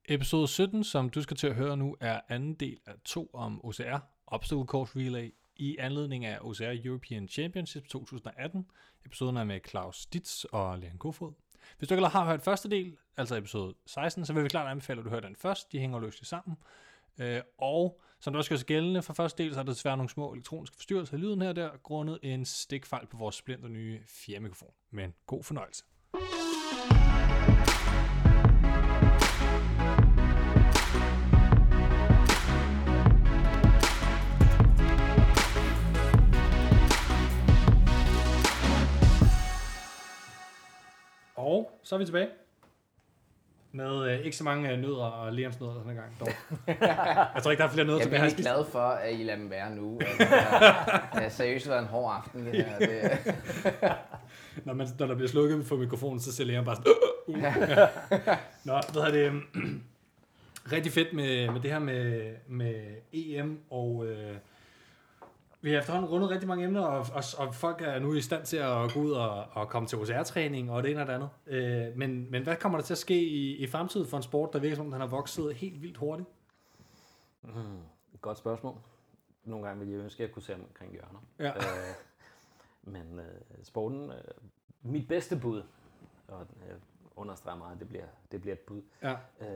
Episode 17, som du skal til at høre nu, er anden del af 2 om OCR, Obstacle Course Relay, i anledning af OCR European Championship 2018. Episoden er med Claus Ditz og Leon Kofod. Hvis du ikke har hørt første del, altså episode 16, så vil vi klart anbefale, at du hører den først. De hænger løst sammen. Og som det også gør sig gældende for første del, så er der desværre nogle små elektroniske forstyrrelser i lyden her og der, grundet en stikfejl på vores splinter nye fjernmikrofon. Men god fornøjelse. Og så er vi tilbage med ikke så mange nødder og Liams nødder denne gang dog. Jeg tror ikke, der er flere nødder tilbage. Jeg er glad for, at I lader dem være nu. Det har seriøst været en hård aften, det her. Når der bliver slukket for mikrofonen, så ser Liam bare Nå, hvad er det? Rigtig fedt med det her med EM, og vi har efterhånden rundet rigtig mange emner, og folk er nu i stand til at gå ud og komme til OCR-træning og det ene og det andet. Men hvad kommer der til at ske i fremtiden for en sport, der virker som om, den har vokset helt vildt hurtigt? Godt spørgsmål. Nogle gange vil jeg ønske, at jeg kunne se omkring hjørner. Ja. Men sporten, mit bedste bud, og jeg understreger meget, det bliver et bud. Ja.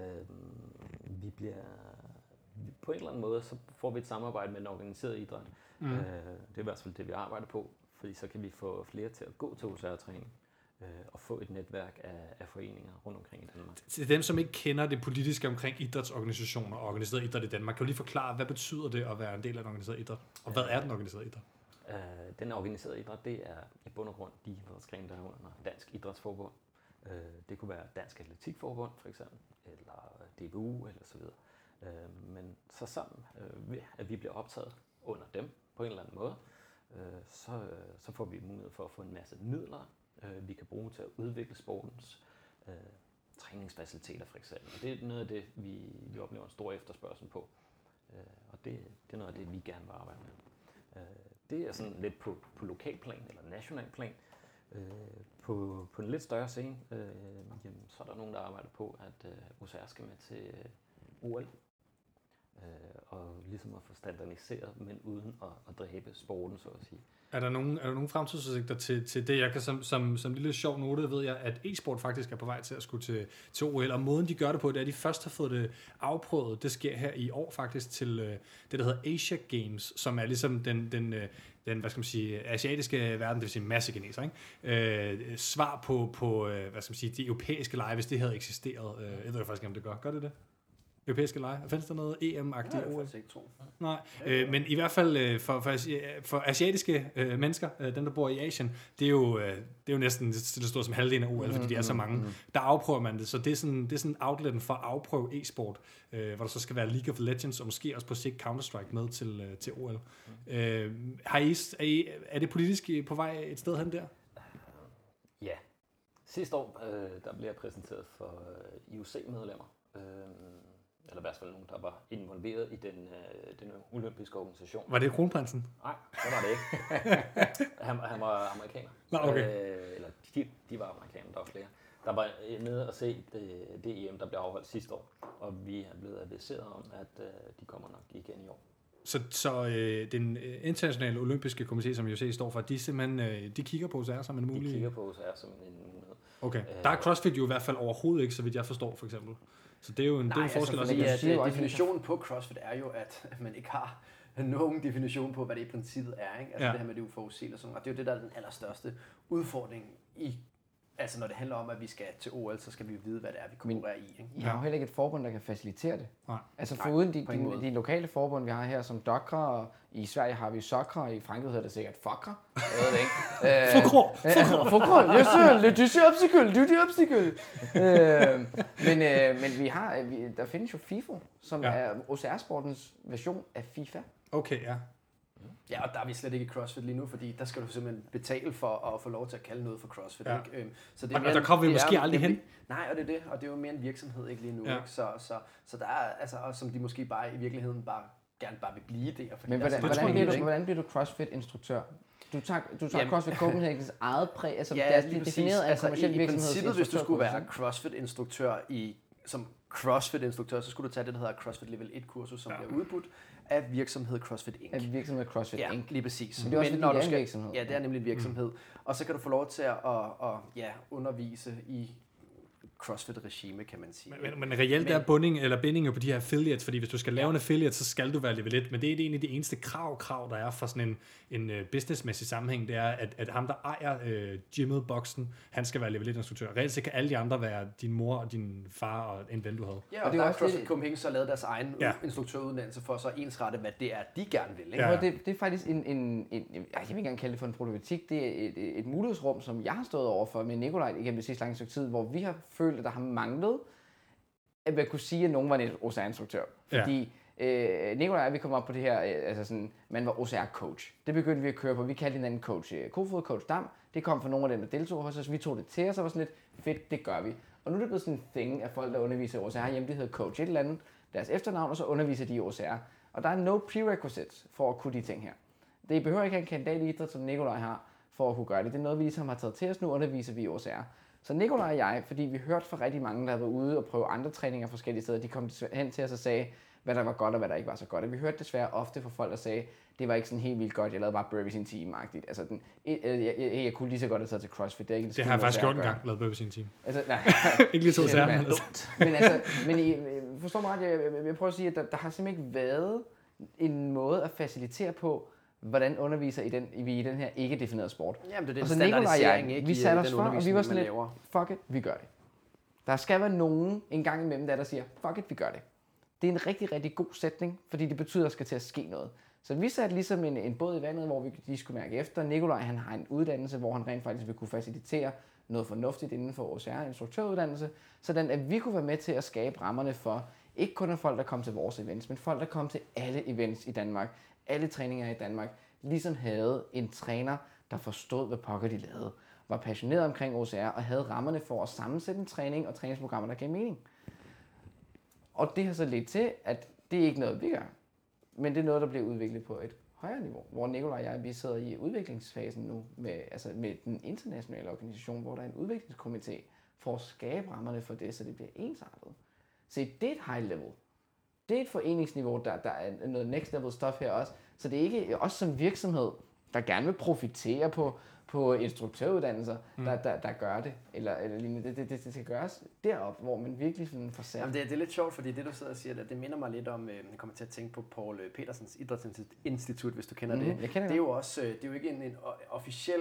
Vi bliver på en eller anden måde, så får vi et samarbejde med den organiserede idræt. Det er i hvert fald det, vi arbejder på, fordi så kan vi få flere til at gå til OCR-træning og få et netværk af foreninger rundt omkring i Danmark. Til dem, som ikke kender det politiske omkring idrætsorganisationer og organiseret idræt i Danmark, kan du lige forklare, hvad betyder det at være en del af den organiserede idræt? Og hvad er den organiserede idræt? Den organiserede idræt, det er i bund og grund de idrætsgrene, der er under Dansk Idrætsforbund. Det kunne være Dansk Atletikforbund for eksempel, eller DBU eller så videre. Men så sammen ved, at vi bliver optaget under dem på en eller anden måde, så får vi mulighed for at få en masse midler, vi kan bruge til at udvikle sportens træningsfaciliteter for eksempel. Det er noget af det, vi oplever en stor efterspørgsel på, og det er noget af det, vi gerne vil arbejde med. Det er sådan lidt på lokalplan eller nationalplan. På en lidt større scene, så er der nogen, der arbejder på, at OCR skal med til OL. Og ligesom at få standardiseret, men uden at dræbe sporten, så at sige. Er der nogle fremtidsudsigter til det? Jeg kan som lille sjov note ved jeg, at e-sport faktisk er på vej til at skulle til OL, og måden de gør det på, det er, at de først har fået det afprøvet. Det sker her i år faktisk til det, der hedder Asia Games, som er ligesom den hvad skal man sige, asiatiske verden, det vil sige masse kineser, ikke? Svar på hvad skal man sige, de europæiske lege, hvis det havde eksisteret. Jeg ved jo faktisk ikke, om det gør. Gør det det? Europæiske lege. Findes der noget EM-agtigt? Nej, det er faktisk ikke tro. Nej, men i hvert fald for asiatiske mennesker, dem der bor i Asien, det er jo næsten det står som halvdelen af OL, fordi de er så mange. Der afprøver man det, så det er sådan outletten for at afprøve e-sport, hvor der så skal være League of Legends, og måske også på sigt Counter-Strike med til OL. Er det politisk på vej et sted hen der? Ja. Sidste år, der blev jeg præsenteret for IOC-medlemmer. Eller i hvert fald nogen, der var involveret i den olympiske organisation. Var det kronprinsen? Nej, det var det ikke. Han var amerikaner. Nå, okay. Eller de var amerikanere, der var flere. Der var nede og se det EM, der blev afholdt sidste år. Og vi er blevet adviseret om, at de kommer nok igen i år. Så den internationale olympiske komité, som IOC står for, de simpelthen de kigger på OCR som en mulighed? De kigger på OCR som en mulighed. Okay. Der er CrossFit jo i hvert fald overhovedet ikke, så vidt jeg forstår, for eksempel. Så det er jo en forskel også. Altså, definitionen på CrossFit er jo, at man ikke har nogen definition på, hvad det i princippet er. Ikke? Altså det her med det uforudsigelige og sådan. Og det er jo det, der er den allerstørste udfordring altså når det handler om, at vi skal til OL, så skal vi vide, hvad det er, vi konkurrerer i. Ikke? I har jo heller ikke et forbund, der kan facilitere det. Nej. Altså foruden de lokale forbund, vi har her, som Dokra, og i Sverige har vi Sokra, og i Frankrig hedder det sikkert Fokra. Jeg ved det ikke. Fokra! Jeg siger, det er obstacle. Men der findes jo FIFO, som er OCR-sportens version af FIFA. Okay, ja. Ja, og der er vi slet ikke i CrossFit lige nu, fordi der skal du simpelthen betale for at få lov til at kalde noget for CrossFit. Ja. Ikke? Så det er mere, og der kommer vi måske aldrig hen. Nej, og det er det, og det er jo mere en virksomhed ikke lige nu. Ja. Ikke? Så der er, altså, og som de måske bare i virkeligheden gerne vil blive der. Men hvordan bliver du CrossFit-instruktør? Du tager CrossFit Copenhagens eget altså ja, det er defineret af en kommerciel virksomhed. I princippet, hvis du skulle være CrossFit-instruktør som CrossFit-instruktør, så skulle du tage det, der hedder CrossFit Level 1-kursus, som bliver udbudt af virksomhed CrossFit Inc. Af virksomhed CrossFit Inc. Ja, lige præcis. Men det er også, når du skal, virksomhed. Ja, det er nemlig en virksomhed. Og så kan du få lov til at undervise i CrossFit-regime, kan man sige. Men reelt er binding jo på de her affiliates, fordi hvis du skal lave en affiliate, så skal du være level 1, men det er egentlig det eneste krav, der er for sådan en businessmæssig sammenhæng, det er, at ham, der ejer gymmet, boksen, han skal være level 1-instruktør. Reelt så kan alle de andre være din mor og din far og en ven, du havde. Ja, og det er også CrossFit Copenhagen så lavet deres egen instruktøruddannelse for så ensrette, hvad det er, de gerne vil. Ikke? Ja. Det er faktisk jeg vil ikke engang kalde det for en problematik, det er et mulighedsrum, som jeg har stået overfor med Nikolaj igennem det sidste lange stykke tid, hvor vi har følt, at der har manglet, at man kunne sige, at nogen var en OCR-instruktør. Fordi Nikolaj og vi kom op på det her, man var OCR-coach. Det begyndte vi at køre på. Vi kaldte hinanden coach Kofod, coach Dam. Det kom fra nogle af dem, der deltog hos os. Vi tog det til os og var sådan lidt, fedt, det gør vi. Og nu er det blevet sådan en thing, at folk, der underviser i OCR hjemme, de hedder coach et eller andet, deres efternavn, og så underviser de i OCR. Og der er no prerequisites for at kunne de ting her. Det behøver ikke have en kandidat i idræt, som Nikolaj har, for at kunne gøre det. Det er noget, vi ligesom har taget til os. Nu underviser vi i OCR. Så Nikolaj og jeg, fordi vi hørte fra rigtig mange, der havde været ude og prøve andre træninger forskellige steder, de kom hen til os og sagde, hvad der var godt og hvad der ikke var så godt. Og vi hørte desværre ofte fra folk, der sagde, det var ikke sådan helt vildt godt, jeg lavede bare burpees i en time-agtigt. Altså, jeg kunne lige så godt have taget til CrossFit. Det har jeg faktisk gjort en gang, lavet burpees i en time. Altså, nej. Ikke lige to særligt. Men forstår mig ret, jeg prøver at sige, at der har simpelthen ikke været en måde at facilitere på, hvordan underviser vi i den her ikke definerede sport. Jamen, det er og så standardisering, ikke? Vi satte os for, og vi var sådan lidt, fuck it, vi gør det. Der skal være nogen en gang imellem, der siger, fuck it, vi gør det. Det er en rigtig, rigtig god sætning, fordi det betyder, at der skal til at ske noget. Så vi satte ligesom en båd i vandet, hvor de skulle mærke efter. Nikolaj, han har en uddannelse, hvor han rent faktisk vil kunne facilitere noget fornuftigt inden for OCR, instruktøruddannelse, sådan at vi kunne være med til at skabe rammerne for, ikke kun folk, der kom til vores events, men folk, der kom til alle events i Danmark, alle træninger i Danmark, ligesom havde en træner, der forstod, hvad pokker de lavede, var passioneret omkring OCR og havde rammerne for at sammensætte en træning og træningsprogrammer, der gav mening. Og det har så ledt til, at det er ikke noget, vi gør, men det er noget, der bliver udviklet på et højere niveau, hvor Nikolaj og jeg, vi sidder i udviklingsfasen nu med den internationale organisation, hvor der er en udviklingskomité for at skabe rammerne for det, så det bliver ensartet. Så det er et high level. Det er et foreningsniveau, der er noget next level stuff her også. Så det er ikke os som virksomhed, der gerne vil profitere på instruktøruddannelser, der gør det. Eller lignende. Det skal gøres derop, hvor man virkelig får sat. Jamen det er lidt sjovt, fordi det du sidder og siger, det minder mig lidt om, jeg kommer til at tænke på Paul Petersens Idrætsinstitut, hvis du kender det. Det er jo også, det er jo ikke en officiel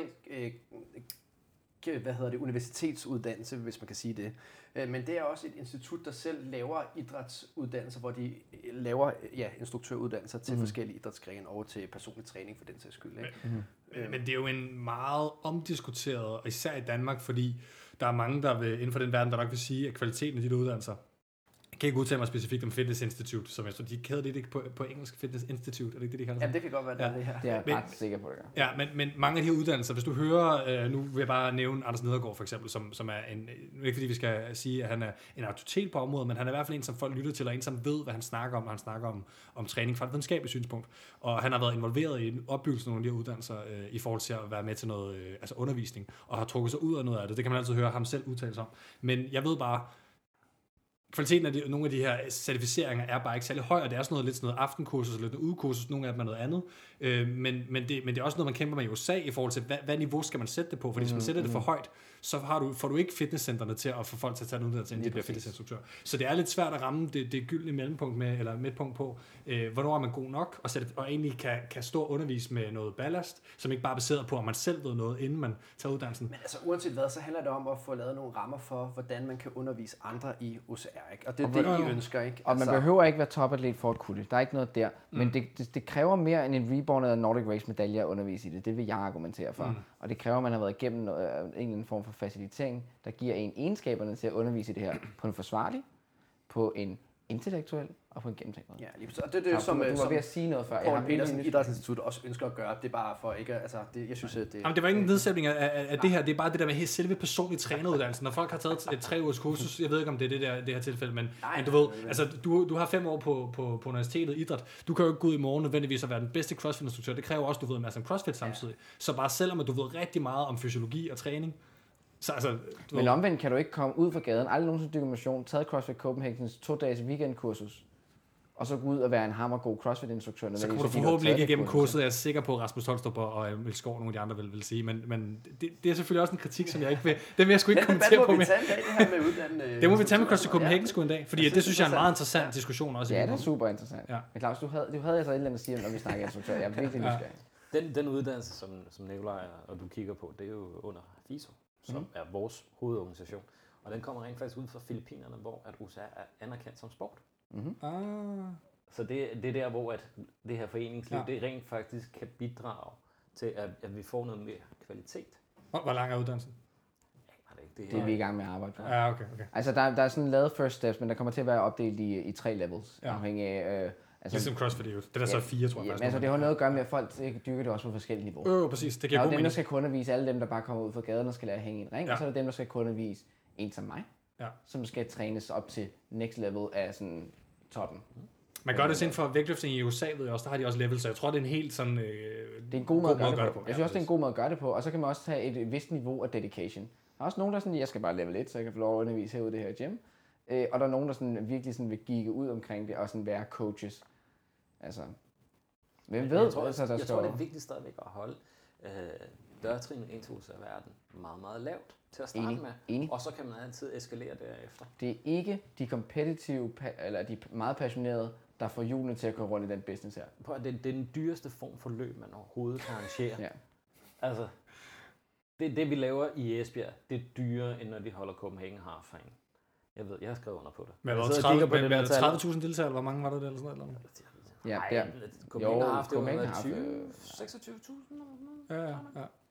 universitetsuddannelse, hvis man kan sige det. Men det er også et institut, der selv laver idrætsuddannelser, hvor de laver instruktøruddannelser til forskellige idrætsgrene og til personlig træning for den sags skyld. Ikke? Men det er jo en meget omdiskuteret, og især i Danmark, fordi der er mange, der vil, inden for den verden, der nok vil sige, at kvaliteten af de uddannelser, jeg kan ikke udtale mig specifikt om Fitness Institute, som jeg tror, de kalder det ikke på engelsk Fitness Institute, er det ikke det, de kalder sig? Ja, det kan godt være, det her. Det er jeg ret sikker på, det gør. Ja, men mange af de her uddannelser, hvis du hører, nu vil jeg bare nævne Anders Nedergaard for eksempel, som er ikke fordi vi skal sige, at han er en autoritet på området, men han er i hvert fald en, som folk lytter til, og en, som ved, hvad han snakker om, og han snakker om træning fra et videnskabeligt synspunkt. Og han har været involveret i opbyggelsen af nogle af de her uddannelser, i forhold til at være med til noget undervisning, og har trukket sig ud af noget af det. Det kan man altid høre ham selv udtale sig om. Men jeg ved bare, kvaliteten af nogle af de her certificeringer er bare ikke særlig høj, og det er sådan noget aftenkursus eller lidt ugekursus, nogle af dem er noget andet. Men det er også noget, man kæmper med i USA i forhold til, hvad niveau skal man sætte det på? Fordi hvis man sætter det for højt, så får du ikke fitnesscentrene til at få folk til at tage en uddannelse, inden de bliver fitnessinstruktør. Så det er lidt svært at ramme det gyldne mellempunkt med, eller midtpunkt på, hvornår er man god nok, og egentlig kan stå og undervise med noget ballast, som ikke bare er baseret på, at man selv ved noget, inden man tager uddannelsen. Men altså uanset hvad, så handler det om at få lavet nogle rammer for, hvordan man kan undervise andre i OCR, ikke? Og det er det, I ønsker, ikke? Og man behøver ikke være topatlet for at kunne det. Der er ikke noget der. Men det kræver mere end en Reborn eller Nordic Race medalje at undervise i det. Det vil jeg argumentere for. Og det kræver, at man har været igennem en eller anden form for facilitering, der giver en egenskaberne til at undervise i det her på en forsvarlig, på en intellektuel og på en gennemtænkt måde. Ja, lige så det er det, som du var ved at sige noget før. Paul Petersen Idrætsinstitut også ønsker at gøre. Det er bare for ikke, altså jeg synes at det. Jamen, det var ikke en nedsætning af det her. Det er bare det der med selve personlige træneruddannelsen. Når folk har taget et 3 ugers kursus, jeg ved ikke om det er det her tilfælde, men du ved, altså du har 5 år på universitetet idræt. Du kan jo ikke gå ud i morgen nødvendigvis at være den bedste CrossFit-instruktør. Det kræver også, at du ved en masse om CrossFit samtidig. Så bare selvom at du ved rigtig meget om fysiologi og træning, Så, altså, men omvendt kan du ikke komme ud fra gaden, aldrig nogensinde dykket motion, taget CrossFit Copenhagens 2-dages weekendkursus, og så gå ud og være en hammergod CrossFit-instruktør. Så kommer du forhåbentlig ikke igennem kurset, jeg er sikker på, at Rasmus Holstrup og Emil Skov og nogle af de andre vil sige, men det er selvfølgelig også en kritik, som jeg ikke vil, den vil jeg sgu ikke kommentere på. Det her med det må vi tage med CrossFit Copenhagen sgu en dag, fordi det synes jeg er en meget interessant diskussion også. Ja, det er super interessant. Ja. Men Claus, du havde altså et eller andet at sige, når vi snakker instruktør. Jeg er virkelig nysgerrig. Den uddannelse, som Nikolaj og du kigger på, det er jo under FISO, som er vores hovedorganisation. Og den kommer rent faktisk ud fra Filippinerne, hvor at USA er anerkendt som sport. Så det er der, hvor at det her foreningsliv, det rent faktisk kan bidrage til, at vi får noget mere kvalitet. Hvor lang er uddannelsen? Det er vi i gang med at arbejde på. Ja, okay. Altså, der er sådan lavet first steps, men der kommer til at være opdelt i 3 levels, afhængig af... ligesom CrossFit er jo. Det er så 4, tror jeg. Ja, altså, det har noget at gøre med, at folk dyrker det også på forskellige niveauer. Præcis. Det giver god mening. Der er dem, der skal kun undervise alle dem, der bare kommer ud fra gaden og skal lære at hænge i en ring, og så er der dem, der skal kun undervise en som mig, som skal trænes op til next level af sådan toppen. Man gør det inden for vægtløftning i USA, ved jeg også, der har de også levels, så jeg tror, det er en helt sådan... det er en god måde at gøre det på. Jeg synes også, det er en god måde at gøre det på, og så kan man også tage et vist niveau af dedication. Der er også nogen, der sådan, jeg skal bare level 1, så jeg kan få lov at undervise herude i det her gym. Og der er nogen, der sådan, virkelig sådan vil gigge ud omkring det, og sådan være coaches. Altså, hvem ved? Jeg tror, det er vigtigt stadigvæk at holde dørtrinnet ind til verden meget, meget lavt til at starte med. Og så kan man altid eskalere derefter. Det er ikke de kompetitive, eller de meget passionerede, der får hjulene til at gå rundt i den business her. Det er den dyreste form for løb, man overhovedet kan arrangere. Altså, det vi laver i Esbjerg, det er dyrere, end når de holder Copenhagen Half. Jeg har skrevet under på det. Men 30.000 deltagere, hvor mange var det eller sådan noget? Ja. Copenhagen har haft 26.000 eller Ja.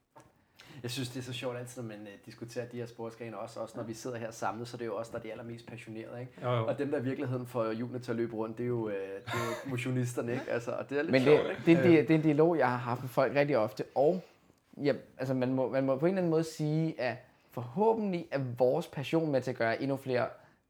Jeg synes, det er så sjovt altid, når man diskuterer de her sportsgrene også når vi sidder her samlet, så det er jo også der er de allermest passionerede, ikke? Jo. Og dem, der i virkeligheden får hjulene til at løbe rundt, det er jo motionisterne, ikke? Altså, og det er lidt men sjovt, ikke? Det er en dialog, jeg har haft med folk rigtig ofte, og altså man må på en eller anden måde sige, at forhåbentlig er vores passion med til at gøre endnu flere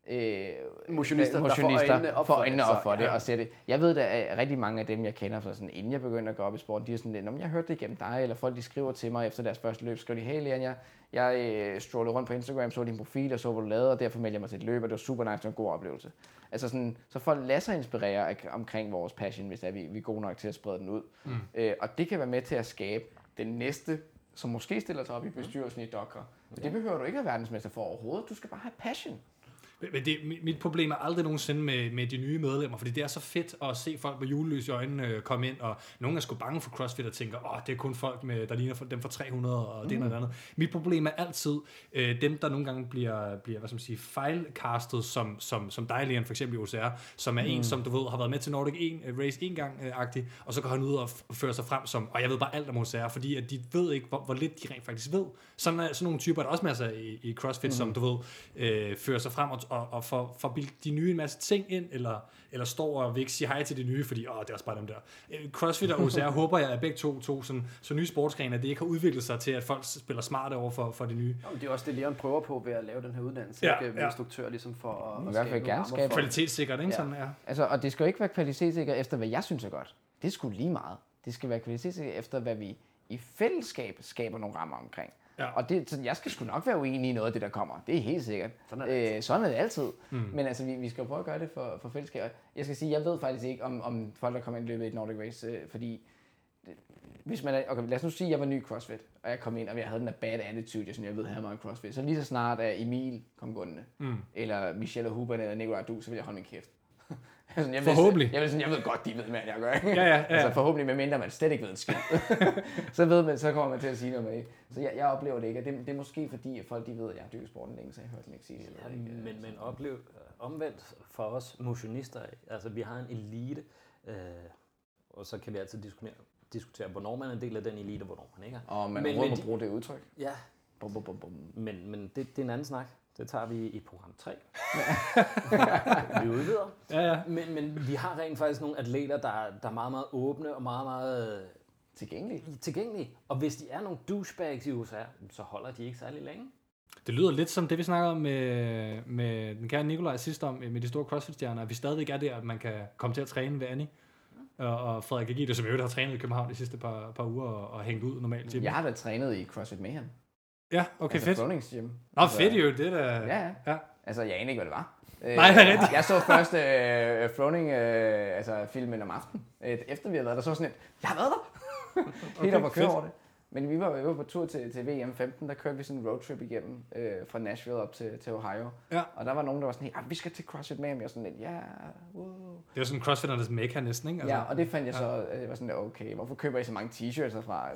motionister der får øjnene op for det og ser det. Jeg ved, at rigtig mange af dem, jeg kender, så sådan, inden jeg begynder at gå op i sporten, de er sådan lidt, jeg hørte det igennem dig, eller folk de skriver til mig efter deres første løb, skriver de, hey Leon, jeg strollede rundt på Instagram, så din profil og så, hvad du lavede, og derfor meldte jeg mig til et løb, og det var super nice, det var en god oplevelse. Altså sådan, så folk lader sig inspirere omkring vores passion, hvis vi er gode nok til at sprede den ud. Og det kan være med til at skabe den næste, som måske stiller sig op i bestyrelsen i Dokra. Men det behøver du ikke at være verdensmester for overhovedet, du skal bare have passion. Men mit problem er aldrig nogensinde med de nye medlemmer, fordi det er så fedt at se folk med julelys i øjnene komme ind, og nogen er sgu bange for CrossFit og tænker, det er kun folk, der ligner dem fra 300 og det ene og det andet. Mit problem er altid dem, der nogle gange bliver hvad skal man sige, fejlcastet som dig, Leon, for eksempel i OCR, som er en, som du ved, har været med til Nordic Race en gang-agtig, og så går han ud og fører sig frem som, og jeg ved bare alt om OCR, fordi at de ved ikke, hvor lidt de rent faktisk ved. Sådan nogle typer er der også masser i CrossFit, som du ved, fører sig frem og får bildt de nye en masse ting ind, eller står og vil ikke sige hej til de nye, fordi det er også bare dem der. CrossFit og OCR håber jeg, at begge to så nye sportsgrene, at det ikke har udviklet sig til, at folk spiller smarte over for de nye. Det er også det, Leon prøver på ved at lave den her uddannelse, med instruktør, ligesom for at kvalitetssikkert, ikke? Sådan, Altså, og det skal jo ikke være kvalitetssikkert efter, hvad jeg synes er godt. Det er sgu lige meget. Det skal være kvalitetssikkert efter, hvad vi i fællesskab skaber nogle rammer omkring. Ja. Og jeg skal sgu nok være uenig i noget af det, der kommer. Det er helt sikkert. Sådan er det altid. Men altså, vi skal prøve at gøre det for fællesskab. Jeg skal sige, jeg ved faktisk ikke, om folk, der kommer ind i løbet af et Nordic Race, fordi hvis man lad os nu sige, at jeg var ny i CrossFit, og jeg kom ind, og jeg havde den der bad attitude, jeg ved, her meget CrossFit. Så lige så snart, at Emil kom gående, eller Michelle og Hubert, eller Nikolaj Du, så vil jeg holde min kæft. Forhåbentlig. Jeg ved godt, de ved mere, end jeg gør. Ikke? Ja. Altså forhåbentlig, medmindre man slet ikke ved en skid. så kommer man til at sige noget med det. Så jeg oplever det ikke, og det er måske fordi, at folk de ved, at jeg har dykket sporten længe, så jeg hørte den ikke sige det. Men oplev omvendt for os motionister, altså vi har en elite, og så kan vi altid diskutere, hvornår man er en del af den elite, og hvornår man ikke er. Og man må bruge det udtryk. Ja. Men det er en anden snak. Det tager vi i program 3. Vi udvider. Ja. Men vi har rent faktisk nogle atleter, der er meget, meget åbne og meget, meget tilgængelige. Og hvis de er nogle douchebags i USA, så holder de ikke særlig længe. Det lyder lidt som det, vi snakkede om med den kære Nikolaj sidst om, med de store CrossFit-stjerner, at vi stadigvæk er der, at man kan komme til at træne ved Annie. Og Frederik Agito, som jo har trænet i København de sidste par uger og hængt ud normalt. Jeg har da trænet i CrossFit Mayhem. Ja, okay, altså fedt. Fronings Gym. Nå, fedt jo, det der. Ja. Altså, jeg anede ikke, hvad det var. Nej, det er rigtigt. Jeg så først Froning filmen om aftenen, efter vi havde været der, så sådan et, jeg har været der! Helt op og køre over det. Men vi var på tur til VM 15, der kørte vi sådan en roadtrip igennem fra Nashville op til Ohio. Ja. Og der var nogen, der var sådan helt, vi skal til CrossFit med, og jeg sådan lidt, ja, wow. Det var sådan CrossFitternes mecca næsten, ikke? Altså, ja, og det fandt jeg så, jeg var sådan, okay, hvorfor køber I så mange t-shirts herfra?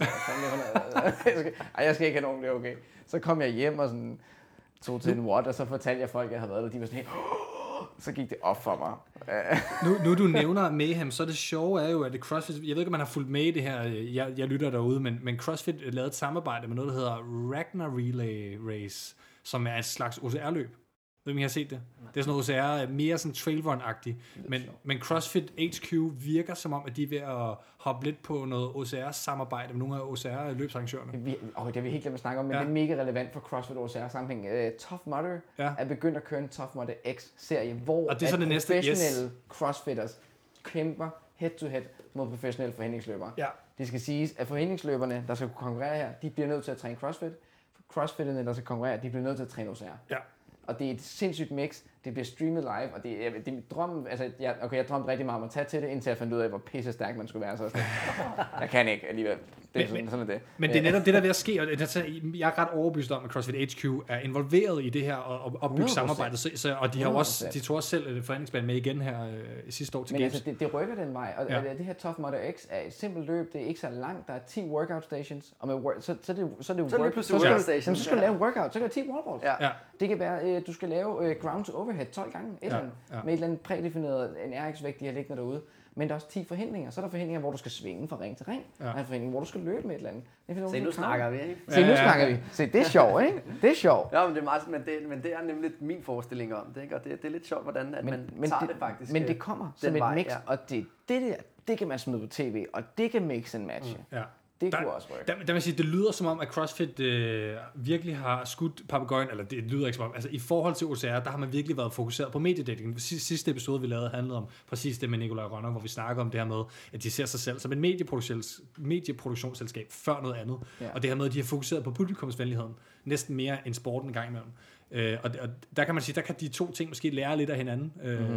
Jeg skal ikke have nogen, det er okay. Så kom jeg hjem og sådan tog til en watt, og så fortalte jeg folk, at jeg havde været der, de var sådan helt, så gik det op for mig. nu du nævner Mayhem, så det sjove er jo, at CrossFit, jeg ved ikke, om man har fulgt med i det her, jeg lytter derude, men CrossFit lavede et samarbejde med noget, der hedder Ragnar Relay Race, som er et slags OCR-løb. Jeg ved ikke, om I har set det? Det er sådan noget OCR, mere sådan trailrun-agtigt. Men CrossFit HQ virker som om, at de er ved at hoppe lidt på noget OCR-samarbejde med nogle af OCR-løbsarrangørerne. Det har vi helt glemt at snakke om, men det er mega relevant for CrossFit OCR-sammenhæng. Tough Mudder er begyndt at køre en Tough Mudder X-serie, hvor og det er så det næste, professionelle CrossFitters kæmper head-to-head mod professionelle forhindringsløbere. Ja. Det skal siges, at forhindringsløberne, der skal konkurrere her, de bliver nødt til at træne CrossFit. CrossFitterne, der skal konkurrere, de bliver nødt til at træne OCR. Ja. Og det er et sindssygt mix. Det bliver streamet live, og det er drømmen. Altså, jeg drømte rigtig meget om at tage til det, indtil jeg fandt ud af, hvor pisse stærk man skulle være. Så jeg kan ikke alligevel. Det er sådan det. Men det er netop det, der er ved at ske, og jeg er ret overbevist om, at CrossFit HQ er involveret i det her og opbygge samarbejdet. Og de har også, de tog også selv et forhandlingsplan med igen her sidste år til Games. Men altså, det rykker den vej, og det her Tough Mudder X er et simpelt løb. Det er ikke så langt. Der er 10 workout stations, og med så skal du lave en workout. Så kan du 10 wallballs. Ja. Det kan være, du skal lave ground to overhead 12 gange, med et eller andet prædefineret en RX-vægt, de har liggende derude. Men der er også 10 forhindringer. Så er der forhindringer, hvor du skal svinge fra ring til ring. Ja. Der er forhindringer, hvor du skal løbe med et eller andet. Se, nu snakker vi, ikke? Nu snakker vi. Se, det er sjovt, ikke? Det er sjovt. Ja, men det er meget, men det er nemlig min forestilling om det, ikke? Og det er lidt sjovt, hvordan at man tager det faktisk. Men det kommer som et mix, og det kan man smide på tv, og det kan mix and match. Ja. Det kunne også rykke. Der vil sige, det lyder som om, at CrossFit virkelig har skudt papegøjen, eller det lyder ikke som om, altså i forhold til OCR, der har man virkelig været fokuseret på mediedækning. Sidste episode, vi lavede, handlede om præcis det med Nikolaj Rønner, hvor vi snakker om det her med, at de ser sig selv som et medieproduktionsselskab før noget andet. Ja. Og det her med, at de har fokuseret på publikumsvenligheden, næsten mere end sporten en gang imellem. Og der kan man sige, der kan de to ting måske lære lidt af hinanden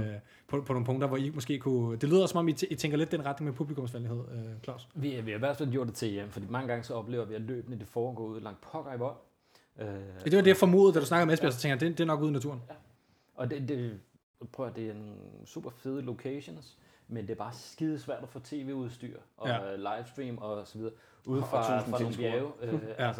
på nogle punkter, hvor I måske kunne... Det lyder som om, I tænker lidt den retning med publikumsvenlighed, Claus. Vi har i hvert fald gjort det til hjem, fordi mange gange så oplever vi, at løbende det foregår ud langt pokker i vold. Det var det, jeg formodede, da du snakkede med Esbjerg, så tænker jeg, det er nok ude i naturen. Ja. Og det er nogle super fede locations, men det er bare skide svært at få tv-udstyr og livestream og så videre ude fra nogle bjerge. Altså,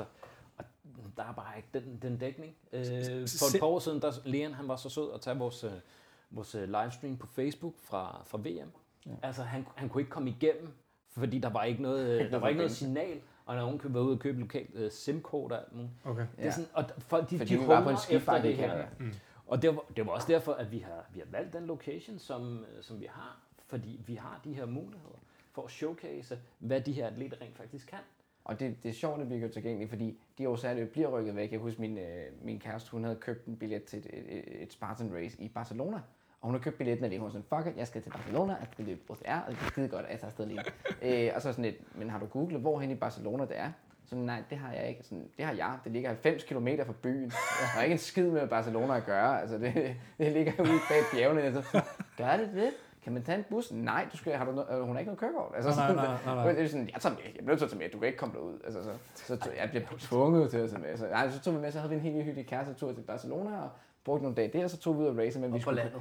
der er bare ikke den dækning. For et par år siden, Leon han var så sød at tage vores livestream på Facebook fra VM. Ja. Altså han kunne ikke komme igennem, fordi der var ikke noget signal, og når nogen var ude og købe lokalt SIM-kort og alt muligt. Okay. Det er sådan, og folk de hungrer efter det her. Og det var også derfor, at vi har valgt den location, som vi har, fordi vi har de her muligheder for at showcase, hvad de her atleter rent faktisk kan. Og det er sjovt, at vi gør tilgængeligt, fordi de årsager bliver rykket væk. Jeg husker, min kæreste, hun havde købt en billet til et Spartan Race i Barcelona. Og hun har købt billetten, og det hun sådan, fuck it, jeg skal til Barcelona, jeg skal løbe OCR, og det er skide godt, at jeg tager afsted lige. Og så sådan lidt, men har du googlet, hvorhen i Barcelona det er? Så nej, det har jeg ikke. Sådan, det har jeg. Det ligger 90 km fra byen. Der er ikke en skid med Barcelona at gøre. Altså, det ligger ude bag bjergene. Altså, gør det det? Kan man tage en bus? Nej, hun har ikke noget kørekort. Altså, nej. Det er sådan, jeg tager med. Jeg bliver nødt til at tage med. Du kan ikke komme derud. Altså, så jeg bliver tvunget til at tage med. Så tog vi med, så havde vi en helt hyggelig kærestetur til Barcelona, og brugte nogle dage der, og så tog vi ud og race. Men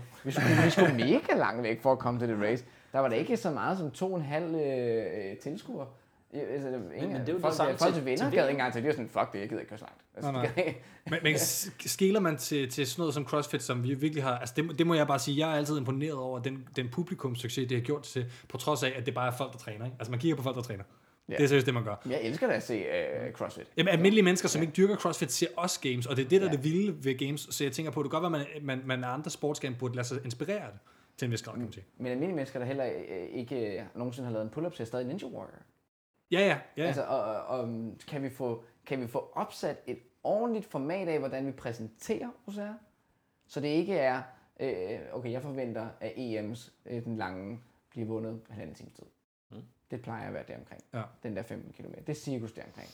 vi skulle mega langt væk for at komme til det race. Der var der ikke så meget som 2,5 tilskuere. Altså, men det er jo folk, det samme folk til venner gad ikke engang til, de var sådan, fuck det, jeg gider ikke køre så langt. Altså, men skeler man til sådan noget som CrossFit, som vi virkelig har, altså det må jeg bare sige, jeg er altid imponeret over den publikumssucces, det har gjort til, på trods af, at det bare er folk, der træner. Ikke? Altså man kigger på folk, der træner. Ja. Det er seriøst det, man gør. Jeg elsker da at se CrossFit. Jamen, almindelige mennesker, som ikke dyrker CrossFit, ser også games, og det er det, der er det vilde ved games. Så jeg tænker på, at det kan godt være, at man af andre sportsgame burde lade sig inspirere det til en vis grad, kan man sige. Men almindelige mennesker, der heller ikke nogensinde har lavet en pull-up, ser stadig Ninja Warrior. Ja. Altså, og kan vi få opsat et ordentligt format af, hvordan vi præsenterer OCR? Så det ikke er, okay, jeg forventer, at EM's den lange bliver vundet på 1,5 times tid. Det plejer at være deromkring. Ja. Den der 15 km. Det er cirkus deromkring.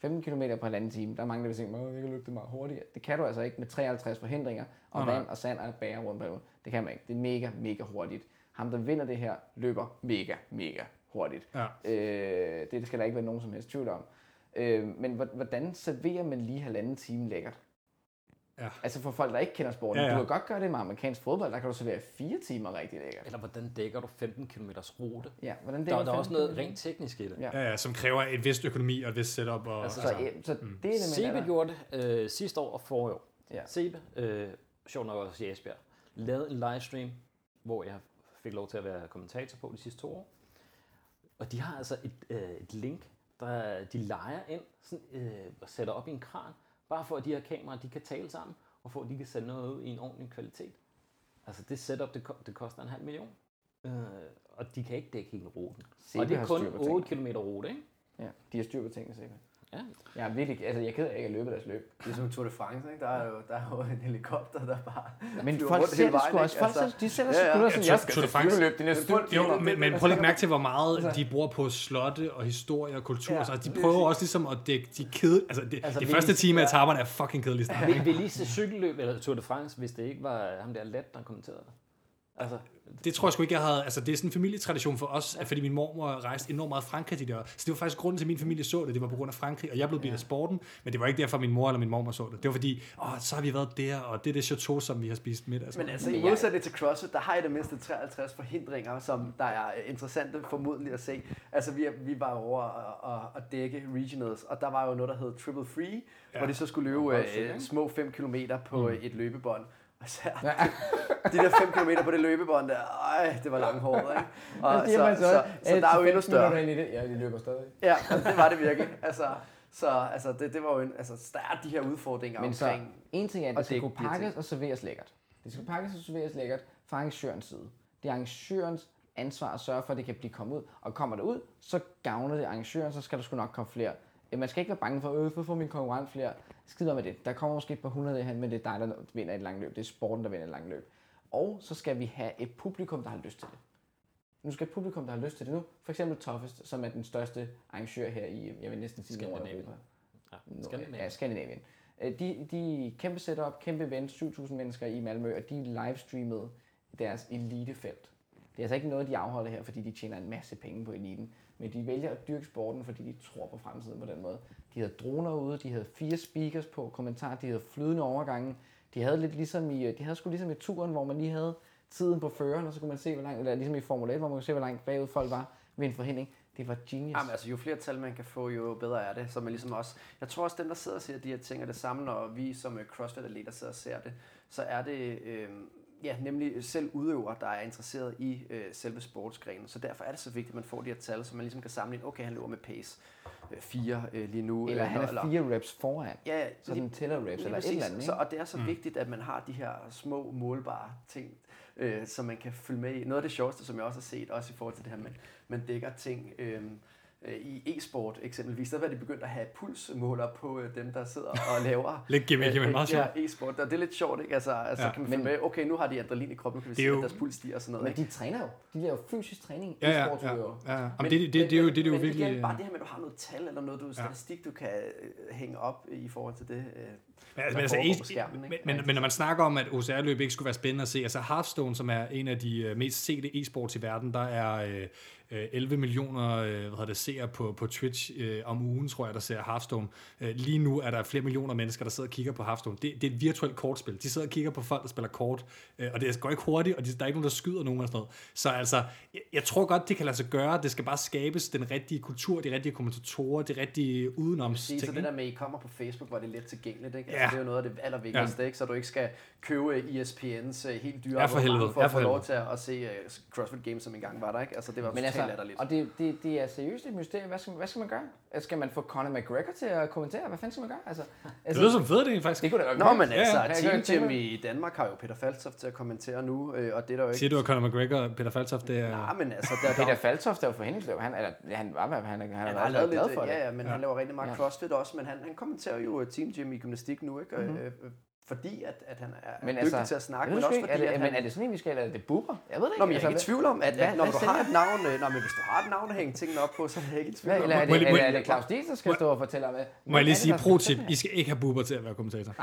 15 km på halvanden time. Der er mange, der vil tænke, at jeg kan løbe det meget hurtigt. Det kan du altså ikke med 53 forhindringer, og vand og sand og bære rundt på det. Det kan man ikke. Det er mega, mega hurtigt. Ham, der vinder det her, løber mega, mega hurtigt. Ja. Det skal der ikke være nogen som helst tvivl om. Men hvordan serverer man lige halvanden time lækkert? Ja. Altså for folk, der ikke kender sporten. Du kan godt gøre det med amerikansk fodbold, der kan du servere 4 timer rigtig lækkert. Eller hvordan dækker du 15 km rute? Ja, hvordan dækker der er også noget rent teknisk i det. Ja, som kræver et vist økonomi og et vist setup. Og, så det Sebe gjorde det sidste år og forrige år. Ja. Sebe, sjovt nok også i Esbjerg, lavede en livestream, hvor jeg fik lov til at være kommentator på de sidste 2 år. Og de har altså et link, der de lejer ind sådan, og sætter op i en kran, bare for at de her kameraer, de kan tale sammen, og for at de kan sende noget ud i en ordentlig kvalitet. Altså det setup, det koster 500.000. Og de kan ikke dække hele ruten. Og det er kun 8 km rute, ikke? Ja, de har styr på tingene sikkert. Ja. Jeg er virkelig, altså jeg keder ikke at løbe deres løb. Det er som Tour de France, ikke? Der er jo en helikopter, der bare men folk ser det sgu også. Folk de sætter sig sgu sådan, jeg skal løbe det næste stykke. Men prøv at lægge mærke til, hvor meget de bruger på slotte og historie og kultur. Altså, de prøver også ligesom at dække de kede... Altså, de første time af etaperne er fucking kedelige. Vi lige se cykelløb eller Tour de France, hvis det ikke var ham der let, der kommenterede det. Altså, det tror jeg sgu ikke, jeg havde... Altså, det er sådan en familietradition for os, fordi min mormor rejste enormt meget Frankrig de der. Så det var faktisk grunden til, at min familie så det. Det var på grund af Frankrig, og jeg blev bidt af sporten. Men det var ikke derfor, min mor eller min mormor så det. Det var fordi, så har vi været der, og det er det chateau, som vi har spist middag. Men altså, i modsætning til CrossFit, der har jeg det mindste 53 forhindringer, som der er interessante formodentlig at se. Altså, vi var over at dække regionals, og der var jo noget, der hed Triple Free, hvor de så skulle løbe små 5 kilometer på et løbebånd. De der 5 km på det løbebånd der, det var langhåret, ikke? Og så der er jo endnu større. Ja, de løber stadig. Ja, det var det virkelig. Altså det var jo der er de her udfordringer men omkring. Så en ting er, at det skal kunne pakkes og serveres lækkert. Det skal pakkes og serveres lækkert fra arrangørens side. Det er arrangørens ansvar at sørge for, at det kan blive kommet ud. Og kommer det ud, så gavner det arrangøren, så skal der sgu nok komme flere. Man skal ikke være bange for, at få min konkurrent flere. Skid med det. Der kommer måske et par 100 hen, men det er dig, der vinder et langt løb. Det er sporten, der vinder et langt løb. Og så skal vi have et publikum, der har lyst til det. Nu skal et publikum, der har lyst til det nu. For eksempel Toughest, som er den største arrangør her i, jeg vil næsten sige, Skandinavien. Skandinavien. De kæmpe setup, kæmpe event, 7.000 mennesker i Malmø, og de livestreamede deres elitefelt. Det er altså ikke noget, de afholder her, fordi de tjener en masse penge på eliten. Men de vælger at dyrke sporten, fordi de tror på fremtiden på den måde. De havde droner ude, de havde 4 speakers på kommentar, de havde flydende overgange. De havde lidt ligesom i turen, hvor man lige havde tiden på føreren, og så kunne man se, hvor langt, eller ligesom i Formel 1, hvor man kunne se, hvor langt bagud folk var ved en forhindring. Det var genius. Jamen, altså, jo flere tal man kan få, jo bedre er det. Så man ligesom også, jeg tror også, dem der sidder og ser de her ting, er det samme, når vi som CrossFit-atleter sidder og ser det, så er det nemlig selv udøvere, der er interesseret i selve sportsgrenen. Så derfor er det så vigtigt, at man får de her tal, så man ligesom kan sammenligne, okay, han løber med pace 4 lige nu. Eller han er 4 reps foran. Ja, så den tæller reps, eller et eller andet. Og det er så vigtigt, at man har de her små målbare ting, som man kan følge med i. Noget af det sjoveste, som jeg også har set, også i forhold til det her, man dækker ting i e-sport eksempelvis, der var de begyndt at have pulsmåler på dem, der sidder og laver e-sport. Og det er lidt sjovt, ikke? Altså kan man følge med, okay, nu har de adrenalin i kroppen, kan vi se, at deres puls stiger og sådan noget. Men de træner jo. De laver fysisk træning i sportsudøvere. Ja. Men det er jo virkelig... Men bare det her med, at du har noget tal eller noget statistik, du kan hænge op i forhold til det. Men når man snakker om, at OCR-løb ikke skulle være spændende at se, altså Hearthstone, som er en af de mest sete e-sports i verden, der er 11 millioner seere på Twitch om ugen, tror jeg, der ser Hearthstone. Lige nu er der flere millioner mennesker, der sidder og kigger på Hearthstone. Det er et virtuelt kortspil. De sidder og kigger på folk, der spiller kort, og det går ikke hurtigt, og der er ikke nogen, der skyder nogen og sådan noget. Så altså, jeg tror godt, det kan lade sig gøre. Det skal bare skabes den rigtige kultur, de rigtige kommentatorer, de rigtige udenoms ting. Så det der med, at I kommer på Facebook, hvor det er let tilgængeligt, ikke? Altså, det er jo noget af det allervigtigste, ikke? Så du ikke skal købe ESPN's helt dyre for at få lov til at se CrossFit Games, som engang var der, ikke? Altså, det var totalt latterligt. Og det er seriøst et mysterie. Hvad skal man gøre? Skal man få Conor McGregor til at kommentere? Hvad fanden skal man gøre? Det lyder som fedt, det faktisk. Det kunne da Nå, men Team Gym i Danmark har jo Peter Faltoft til at kommentere nu, og det er der jo ikke... Siger du, at Conor McGregor og Peter Faltoft, det er... Nej, men altså... Peter Faltoft er jo forhindringsløb. Han har lavet glad for det. Ja, men han laver rigtig meget CrossFit også, men han kommenterer jo Team Gym i gymnastik nu, ikke? fordi at han er dygtig til at snakke, men også fordi, men er det sådan en, vi skal, eller er det buber? Jeg ved det ikke. Nå, men jeg er ikke i tvivl om, at når du har et navn, hvis du har et navn at hænge tingene op på, så er jeg ikke i tvivl om. Eller er det Claus Dietz, der skal stå og fortælle om det? Må jeg lige sige pro-tip, I skal ikke have buber til at være kommentator.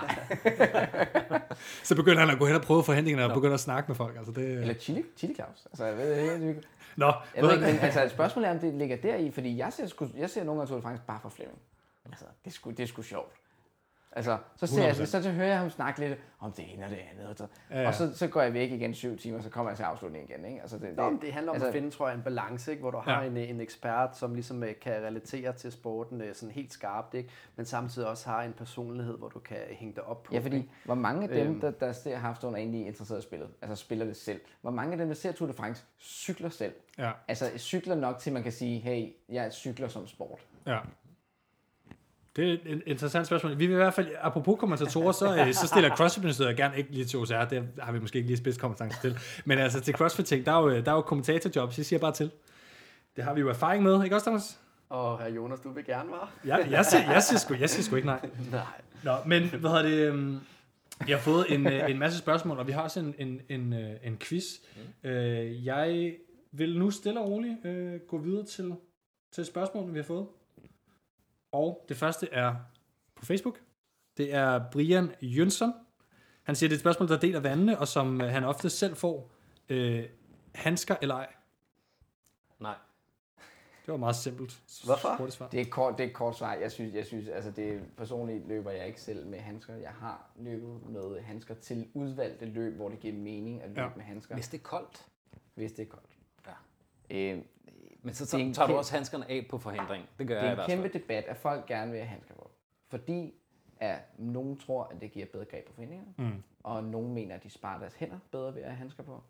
Så begynder han at gå hen og prøve forhandlingerne og begynder at snakke med folk. Altså, det... Eller Chili Claus. Altså, jeg ved ikke. Nå. Jeg ved ikke, men altså, spørgsmålet er, om det ligger deri, fordi jeg ser nogle gange Tour de France bare for Flemming. Altså, det er sgu sjovt. Altså, så hører jeg ham snakke lidt om det ene og det andet. Og så går jeg væk igen 7 timer, så kommer jeg til afslutningen igen. Ikke? Altså, det handler om at finde, tror jeg, en balance, ikke? Hvor du har en ekspert, som ligesom kan relatere til sporten sådan helt skarpt, ikke? Men samtidig også har en personlighed, hvor du kan hænge dig op på. Ja, fordi hvor mange af dem, der ser Halfstone, er egentlig interesseret i spillet, altså spiller det selv. Hvor mange af dem, der ser Tour de France, cykler selv. Ja. Altså cykler nok til, man kan sige, hey, jeg cykler som sport. Ja. Det er et interessant spørgsmål. Vi vil i hvert fald, apropos kommentatorer, så stiller CrossFit-ministeriet gerne ikke lige til OCR. Det har vi måske ikke lige spidskompetence til. Men altså til CrossFit-ting, der er jo kommentatorjobs. Jeg siger bare til. Det har vi jo erfaring med, ikke også, Thomas? Og herr Jonas, du vil gerne, var? Ja, jeg siger sgu ikke nej. Nej. Nå, men hvad hedder det? Jeg har fået en masse spørgsmål, og vi har også en quiz. Jeg vil nu stille og roligt gå videre til spørgsmålene, vi har fået. Og det første er på Facebook. Det er Brian Jønsson. Han siger, det er et spørgsmål, der deler vandene, og som han ofte selv får. Handsker eller ej? Nej. Det var meget simpelt. Hvorfor? Det er et kort svar. Jeg synes altså personligt løber jeg ikke selv med handsker. Jeg har løbet med handsker til udvalgte løb, hvor det giver mening at løbe med handsker. Hvis det er koldt. Hvis det er koldt. Ja. Men så tager du også handskerne af på forhindring. Det gør jeg i hvert fald. Det er en kæmpe debat, at folk gerne vil have handsker på. Fordi at nogen tror, at det giver bedre greb på forhindringerne. Og nogen mener, at de sparer deres hænder bedre ved at have handsker på.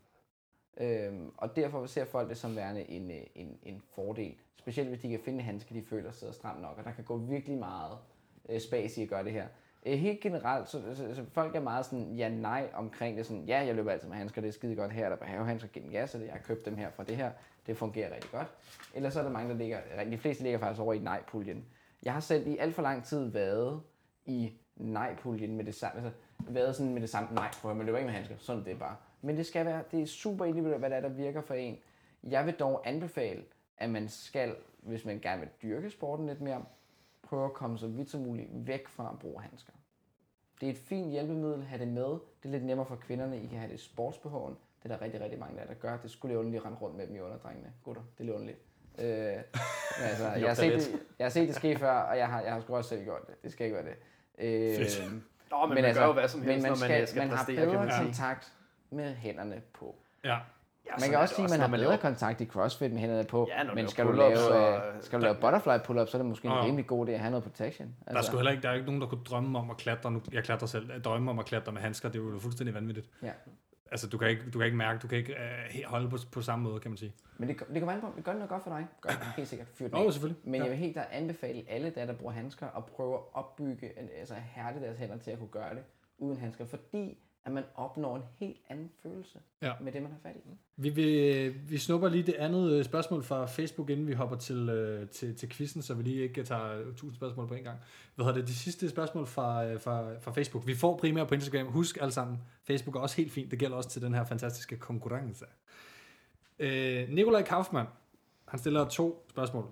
Og derfor ser folk det som værende en fordel. Specielt hvis de kan finde en handske, de føler sidder stramt nok. Og der kan gå virkelig meget spas i at gøre det her. Helt generelt, så folk er meget sådan ja-nej omkring det. Sådan, ja, jeg løber altid med handsker, det er skide godt her. Der er havehandsker gennem så det jeg har købt dem her fra det her. Det fungerer rigtig godt. Ellers så er der mange, der ligger, de fleste ligger faktisk over i nej-puljen. Jeg har selv i alt for lang tid været i nej-puljen med det samme. Altså, været sådan med det samme, nej, prøv at man løber ikke med handsker, sådan det er bare. Men det er super individuelt, hvad der virker for en. Jeg vil dog anbefale, at man skal, hvis man gerne vil dyrke sporten lidt mere, prøve at komme så vidt som muligt væk fra at bruge handsker. Det er et fint hjælpemiddel, have det med. Det er lidt nemmere for kvinderne, I kan have det i sportsbehoven. Det er der rigtig, rigtig mange der gør. Det skulle lidt underligt rende rundt med dem i underdrengene. Gutter, det er lidt underligt. Altså, jeg har set det ske før, og jeg har sgu også selv gjort det. Det skal ikke være det. Men man gør jo hvad som helst, når man skal man præstere. Man har bedre kontakt med hænderne på. Ja. Man kan også sige, at man har bedre kontakt i CrossFit med hænderne på, men skal du lave butterfly pull-up, så er det måske en rimelig god idé at have noget protection. Altså. Der er ikke nogen, der kunne drømme om at klatre. Nu, jeg klatrer selv. Drømme om at klatre med handsker, det er jo fuldstændig vanvittigt. Ja. Altså, du kan ikke mærke, du kan ikke holde på samme måde, kan man sige. Men det kan være på, det gør noget godt for dig. Gør det helt sikkert. Selvfølgelig. Men jeg vil helt anbefale alle der bruger handsker, at prøve at opbygge, altså hærde deres hænder til at kunne gøre det uden handsker, fordi at man opnår en helt anden følelse med det, man har fat i. Vi snupper lige det andet spørgsmål fra Facebook, inden vi hopper til quizzen, så vi lige ikke tager 1000 spørgsmål på en gang. Hvad hedder det? De sidste spørgsmål fra Facebook. Vi får primært på Instagram. Husk alle sammen, Facebook er også helt fint. Det gælder også til den her fantastiske konkurrence. Nikolaj Kaufmann, han stiller 2 spørgsmål.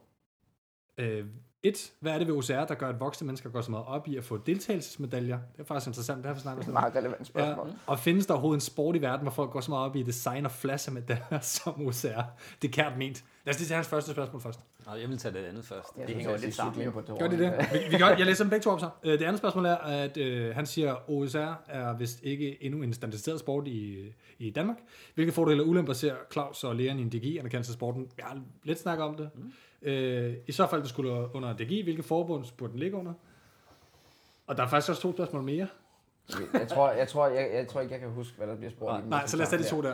1. Hvad er det ved OCR, der gør, at voksne mennesker går så meget op i at få deltagelsesmedaljer? Det er faktisk interessant, det har vi snakket om. Det er meget relevant spørgsmål. Ja, og findes der overhovedet en sport i verden, hvor folk går så meget op i design og flasher medaljer som OCR? Det er kært ment. Lad os lige tage hans første spørgsmål først. Jeg vil tage det andet først. Det hænger lidt sammen. Gør det? Jeg læser dem begge to op så. Det andet spørgsmål er, at han siger, OCR er vist ikke endnu en standardiseret sport i Danmark. Hvilke fordele og ulemper ser Claus og Leon i en DGI anerkendelse af sporten? Jeg har lidt snakket om det. I så fald, det skulle under DGI, hvilke forbund burde den ligge under? Og der er faktisk også 2 spørgsmål mere. Jeg tror ikke, jeg kan huske, hvad der bliver spurgt. Nej, så lad os tage de 2 der.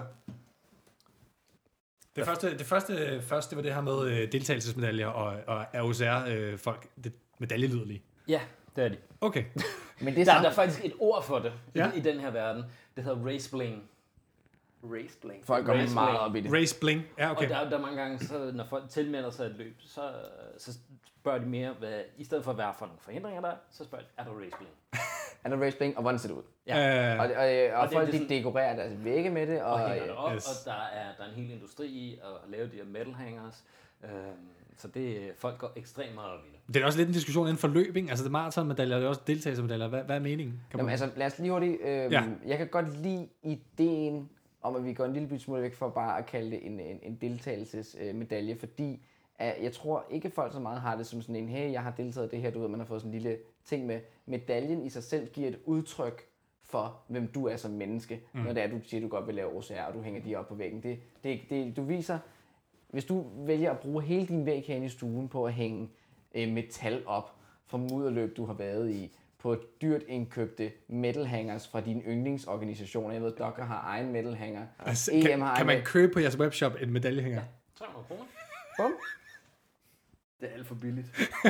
Det første var det her med deltagelsesmedaljer og er OCR-folk medaljelyderlige. Ja, det er de. Okay. Men det er der er faktisk et ord for det i den her verden. Det hedder race bling. Race bling. Folk går meget op i det. Race bling, ja, okay. Og der er mange gange, så når folk tilmelder sig et løb, så spørger de mere, i stedet for at være for nogle forhindringer der, så spørger de, er der race bling? er der race bling, og hvordan ser det ud? Ja. Og folk de dekorerer deres vægge med det. Og hænger det op, og der er en hel industri i at lave de her metal hangers. Så folk går ekstremt meget op i det. Det er også lidt en diskussion inden for løb, ikke? Altså det maratonmedaljer, det er også deltagelsemedaljer. Hvad er meningen? Jamen, altså, lad os lige hurtigt. Jeg kan godt lide ideen om, at vi går en lille smule væk for bare at kalde det en deltagelsesmedalje, fordi jeg tror ikke folk så meget har det som sådan en, hey, jeg har deltaget i det her, du ved, man har fået sådan en lille ting med. Medaljen i sig selv giver et udtryk for, hvem du er som menneske, når det er, du siger, du godt vil lave OCR, og du hænger de op på væggen. Du viser, hvis du vælger at bruge hele din væg herinde i stuen på at hænge metal op fra mudderløb, du har været i, på dyrt indkøbte metal hangers fra dine yndlingsorganisationer. Jeg ved, Docker har egen metal hanger. Altså, kan man købe på jeres webshop en medaljehænger? Ja, 300 kroner. Bum. Det er alt for billigt.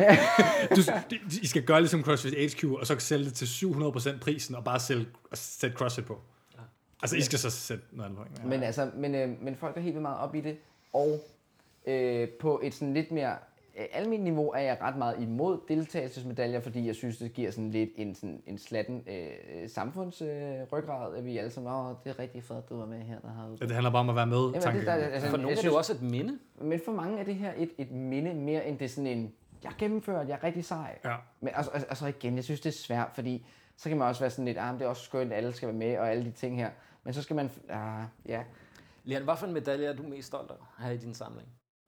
I skal gøre ligesom CrossFit HQ, og så sælge det til 700% prisen, og bare sætte CrossFit på. Ja. Altså, I skal så sætte noget andet på. Men folk er helt meget op i det, og på et sådan lidt mere almindeligt niveau er jeg ret meget imod deltagelsesmedaljer, fordi jeg synes, det giver sådan lidt en slatten samfundsryggrad, at vi alle sammen, det er rigtig fedt, du var med her, der har det handler bare om at være med. For nogle er det jo også et minde. Men for mange er det her et minde mere, end det sådan en, jeg gennemført, jeg er rigtig sej. Ja. Men altså igen, jeg synes, det er svært, fordi så kan man også være sådan lidt, det er også skønt, at alle skal være med, og alle de ting her. Men så skal man, ja. Lian, hvad for en medalje er du mest stolt af her i din samling?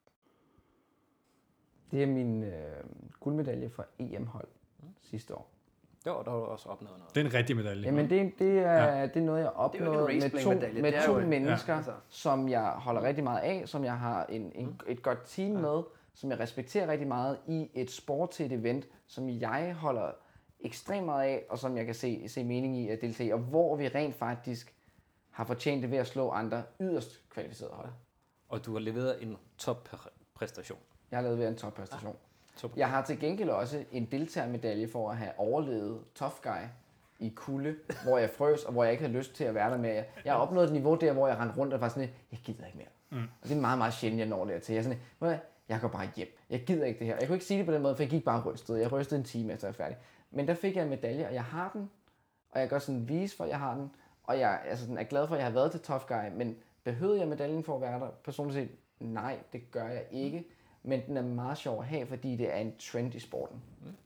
Det er min guldmedalje fra EM-hold sidste år. Der har du også opnået noget. Det er en rigtig medalje. Jamen det er noget, jeg opnåede med to mennesker, som jeg holder rigtig meget af, som jeg har et godt team med, som jeg respekterer rigtig meget i et sport til et event, som jeg holder ekstremt meget af, og som jeg kan se mening i at deltage i, og hvor vi rent faktisk har fortjent det ved at slå andre yderst kvalificerede hold. Og du har leveret en toppræstation. Jeg har lavet ved en toppræstation. Jeg har til gengæld også en deltagermedalje for at have overlevet Tough Guy i kulde, hvor jeg frøs, og hvor jeg ikke havde lyst til at være der med. Jeg har opnået et niveau der, hvor jeg rendte rundt og var sådan, jeg gider ikke mere. Og det er meget, meget sjældent, jeg når dertil. Jeg er sådan, jeg går bare hjem. Jeg gider ikke det her. Jeg kunne ikke sige det på den måde, for jeg gik bare rystet. Jeg rystede en time efter jeg var færdig. Men der fik jeg en medalje, og jeg har den. Og jeg kan også sådan vise for, at jeg har den. Og jeg er glad for, at jeg har været til Tough Guy. Men behøvede jeg medaljen for at være der? Personligt set, nej, det gør jeg ikke. Men den er meget sjov at have, fordi det er en trend i sporten.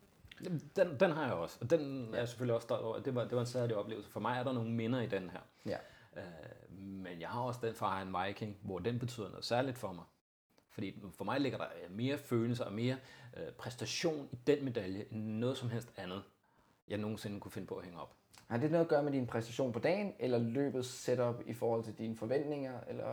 Den har jeg også, og den er jeg selvfølgelig også stolt over. Det var en særlig oplevelse. For mig er der nogle minder i den her. Ja. Men jeg har også den fra Iron Viking, hvor den betyder noget særligt for mig. Fordi for mig ligger der mere følelser og mere præstation i den medalje, end noget som helst andet, jeg nogensinde kunne finde på at hænge op. Har det noget at gøre med din præstation på dagen, eller løbets setup i forhold til dine forventninger? Eller?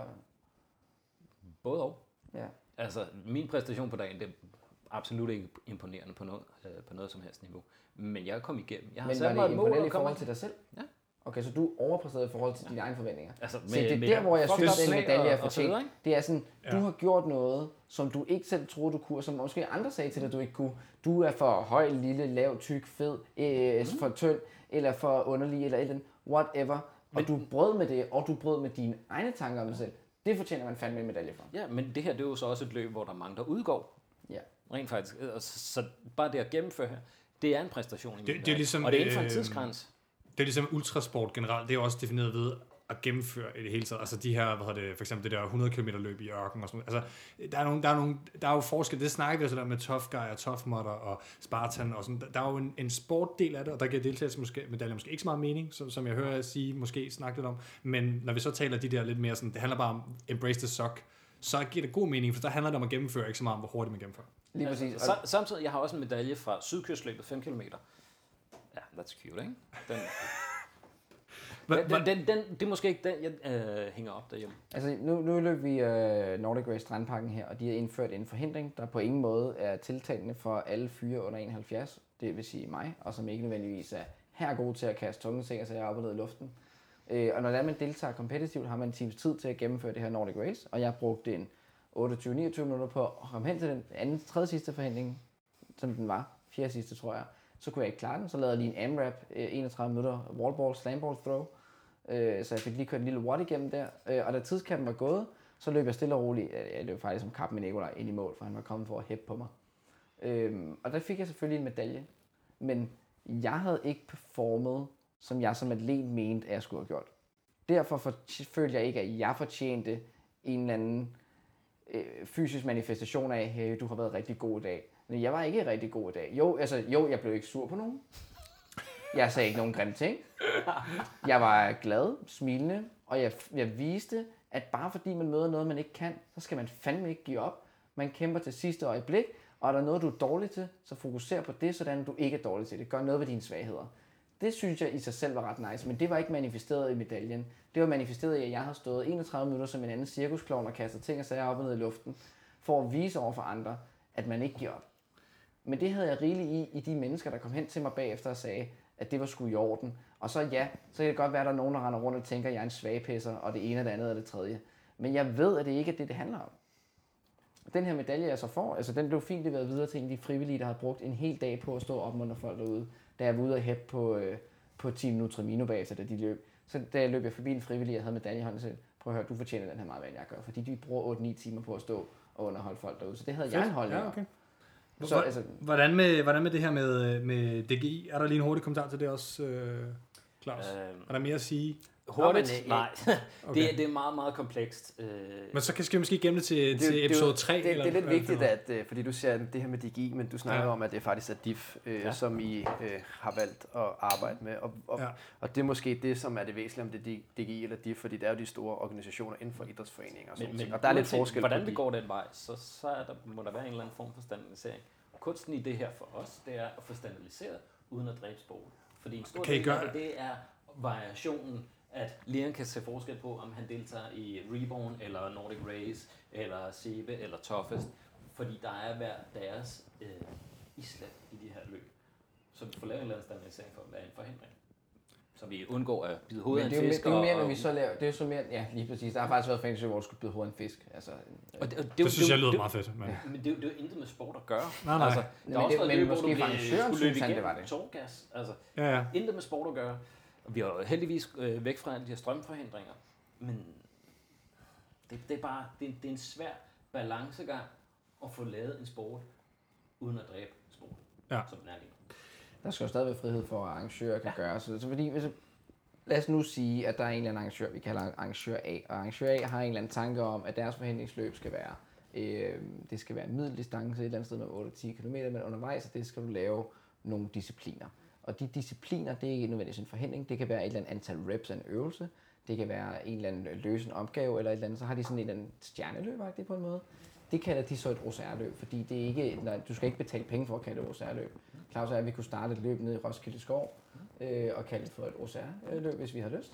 Både og. Ja. Altså, min præstation på dagen, det er absolut ikke imponerende på noget som helst niveau. Men jeg kom igennem. Jeg har men var det imponerende i forhold til dig selv? Ja. Okay, så du overpræsterede i forhold til dine egne forventninger. Altså, så det er der, hvor jeg synes, at den medalje er fortjent. Det er sådan, du har gjort noget, som du ikke selv troede, du kunne, og som måske andre sagde til dig, du ikke kunne. Du er for høj, lille, lav, tyk, fed, for tynd, eller for underlig, eller et eller andet, whatever. Og du brød med det, og du brød med dine egne tanker om dig selv. Det fortjener man fandme en medalje for. Ja, men det her, det er jo så også et løb, hvor der er mange, der udgår. Ja. Rent faktisk. Så bare det at gennemføre her, det er en præstation. Det er ligesom, og det er inden for en tidsgrænse. Det er ligesom ultrasport generelt. Det er jo også defineret ved at gennemføre i det hele taget. Altså de her, for eksempel det der 100 km løb i ørken og sådan noget. Altså, der er jo forskel. Det snakker vi så der med Tough Guy og Tough Mudder og Spartan og sådan. Der er jo en sportdel af det, og der giver deltagelsesmedaljer måske ikke så meget mening, som jeg hører jer sige, måske snakke lidt om. Men når vi så taler de der lidt mere sådan, det handler bare om embrace the suck, så giver det god mening, for der handler det om at gennemføre, ikke så meget om, hvor hurtigt man gennemfører. Lige præcis. Samtidig, jeg har også en medalje fra Sydkystløbet 5 km. Ja, that's cute, ikke? Det er måske ikke den, jeg hænger op derhjemme. Altså, nu løb vi Nordic Race Strandparken her, og de har indført en forhindring, der på ingen måde er tiltalende for alle fyre under 71, det vil sige mig, og som ikke nødvendigvis er her god til at kaste tunge ting, så jeg er oppe og ned i luften. Og når man deltager kompetitivt, har man en times tid til at gennemføre det her Nordic Race, og jeg brugte en 28-29 minutter på at komme hen til den tredje sidste forhindring, som den var, fjerde sidste tror jeg. Så kunne jeg ikke klare den, så lavede jeg lige en AMRAP, 31 minutter wallball, slamball throw, så jeg fik lige kørt en lille watt igennem der, og da tidskampen var gået, så løb jeg stille og roligt, jeg løb faktisk som kap med Nikolaj ind i mål, for han var kommet for at hæppe på mig. Og der fik jeg selvfølgelig en medalje, men Jeg havde ikke performet, som jeg som atlet mente, at jeg skulle have gjort. Derfor følte jeg ikke, at jeg fortjente en eller anden fysisk manifestation af, hey, du har været rigtig god i dag. Men jeg var ikke rigtig god i dag. Jo, jeg blev ikke sur på nogen. Jeg sagde ikke nogen grimme ting. Jeg var glad, smilende, og jeg viste, at bare fordi man møder noget, man ikke kan, så skal man fandme ikke give op. Man kæmper til sidste øjeblik, og er der noget, du er dårlig til, så fokuser på det, sådan du ikke er dårlig til det. Gør noget ved dine svagheder. Det synes jeg i sig selv var ret nice, men det var ikke manifesteret i medaljen. Det var manifesteret i, at jeg havde stået 31 minutter som en anden cirkusklovn og kastet ting og sager op og ned i luften, for at vise over for andre, at man ikke giver op. Men det havde jeg rigeligt i de mennesker, der kom hen til mig bagefter og sagde, at det var sgu i orden. Og så så kan det godt være, at der er nogen, der render rundt og tænker, at jeg er en svagpisser, og det ene, det andet og det tredje. Men jeg ved, at det ikke er det handler om. Den her medalje, jeg så får, altså den blev fint leveret videre til en af de frivillige, der havde brugt en hel dag på at stå og opmuntre folk derude, da jeg var ude og hæppe på Team Nutrimino bagefter, da de løb. Så da jeg løb jeg forbi en frivillig, jeg havde medalje i hånden, så prøv at høre, du fortjener den her meget, hvad jeg gør, fordi de bruger 8-9 timer på at stå og underholde folk derude. Så det havde jeg en holdning om. Okay. Så, altså, hvordan med det her med DGI? Er der lige en hurtig kommentar til det også, Claus? Er der mere at sige? Hurtigt? Nej. Okay. Det er meget, meget komplekst. Men så skal vi måske gemme det til episode 3. Det er lidt vigtigt, at, fordi du siger det her med DGI, men du snakker om, at det faktisk er DIF, som I har valgt at arbejde med. Og det er måske det, som er det væsentlige, om det er DGI eller DIF, fordi det er jo de store organisationer inden for idrætsforeninger. Og, men og der er lidt forskel hvordan det går den vej, så må der være en eller anden form for standardisering. Kunsten i det her for os, det er at få standardiseret, uden at dræbe sport. Fordi en stor del af det er variationen, at Leon kan se forskel på, om han deltager i Reborn, eller Nordic Race, eller Sebe, eller Toughest, fordi der er hver deres islet i de her løb. Så vi får lavet en eller anden standardisering for, hvad er en forhindring. Så vi undgår at bide hovedet af en fisk. Det er jo mere, når vi så laver, det er jo så mere, ja lige præcis, der har faktisk været forhindringer, hvor du skulle bide hovedet af en fisk. Altså, det synes jeg lyder meget fedt. Men det er jo intet med sport at gøre. Nej. Altså, der er også været løb, hvor du skulle løbe igennem tårgas. Altså, ja. Intet med sport at gøre. Vi har heldigvis væk fra alle de her strømforhindringer, men det er bare det er en svær balancegang at få lavet en sport uden at dræbe sport, som den er lige nu. Der skal jo stadig være frihed for, at arrangører kan gøre. Så fordi, lad os nu sige, at der er en eller anden arrangør, vi kalder arrangør A, og arrangør A har en eller anden tanke om, at deres forhindringsløb skal være, det skal være middeldistance et eller andet sted med 8-10 km, men undervejs af det skal du lave nogle discipliner. Og de discipliner, det er ikke nødvendigvis en forhindring. Det kan være et eller andet antal reps af en øvelse. Det kan være en eller anden løsen opgave eller et eller andet. Så har de sådan en eller anden stjerneløb på en måde. Det kalder de så et OCR-løb, fordi det er ikke, du skal ikke betale penge for at kalde det OCR-løb. Claus er, at vi kunne starte et løb nede i Roskilde Skov og kalde det for et OCR-løb, hvis vi har lyst.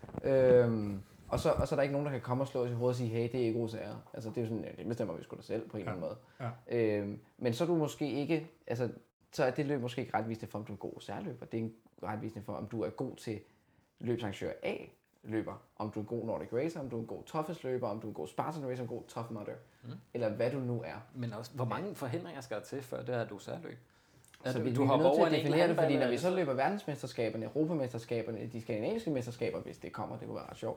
Og så er der ikke nogen, der kan komme og slå os i hovedet og sige, hey, det er ikke OCR. Altså, det er jo sådan, det bestemmer vi sgu da selv på en eller anden måde. Ja. Men så er du måske ikke, altså, så er det løb måske ikke retvisende for, om du er en god OCR-løber. Det er en retvisende for, om du er god til løbsarrangør A-løber, om du er en god Nordic Racer, om du er en god Toughest-løber, om du er en god Spartan Racer, en god Tough Mudder, eller hvad du nu er. Men også, hvor mange forhindringer skal der til, før det er et OCR-løb? Så vi er nødt til at definere det, fordi når vi så løber verdensmesterskaberne, europamesterskaberne, de skandinaviske mesterskaber, hvis det kommer, det kunne være ret sjovt,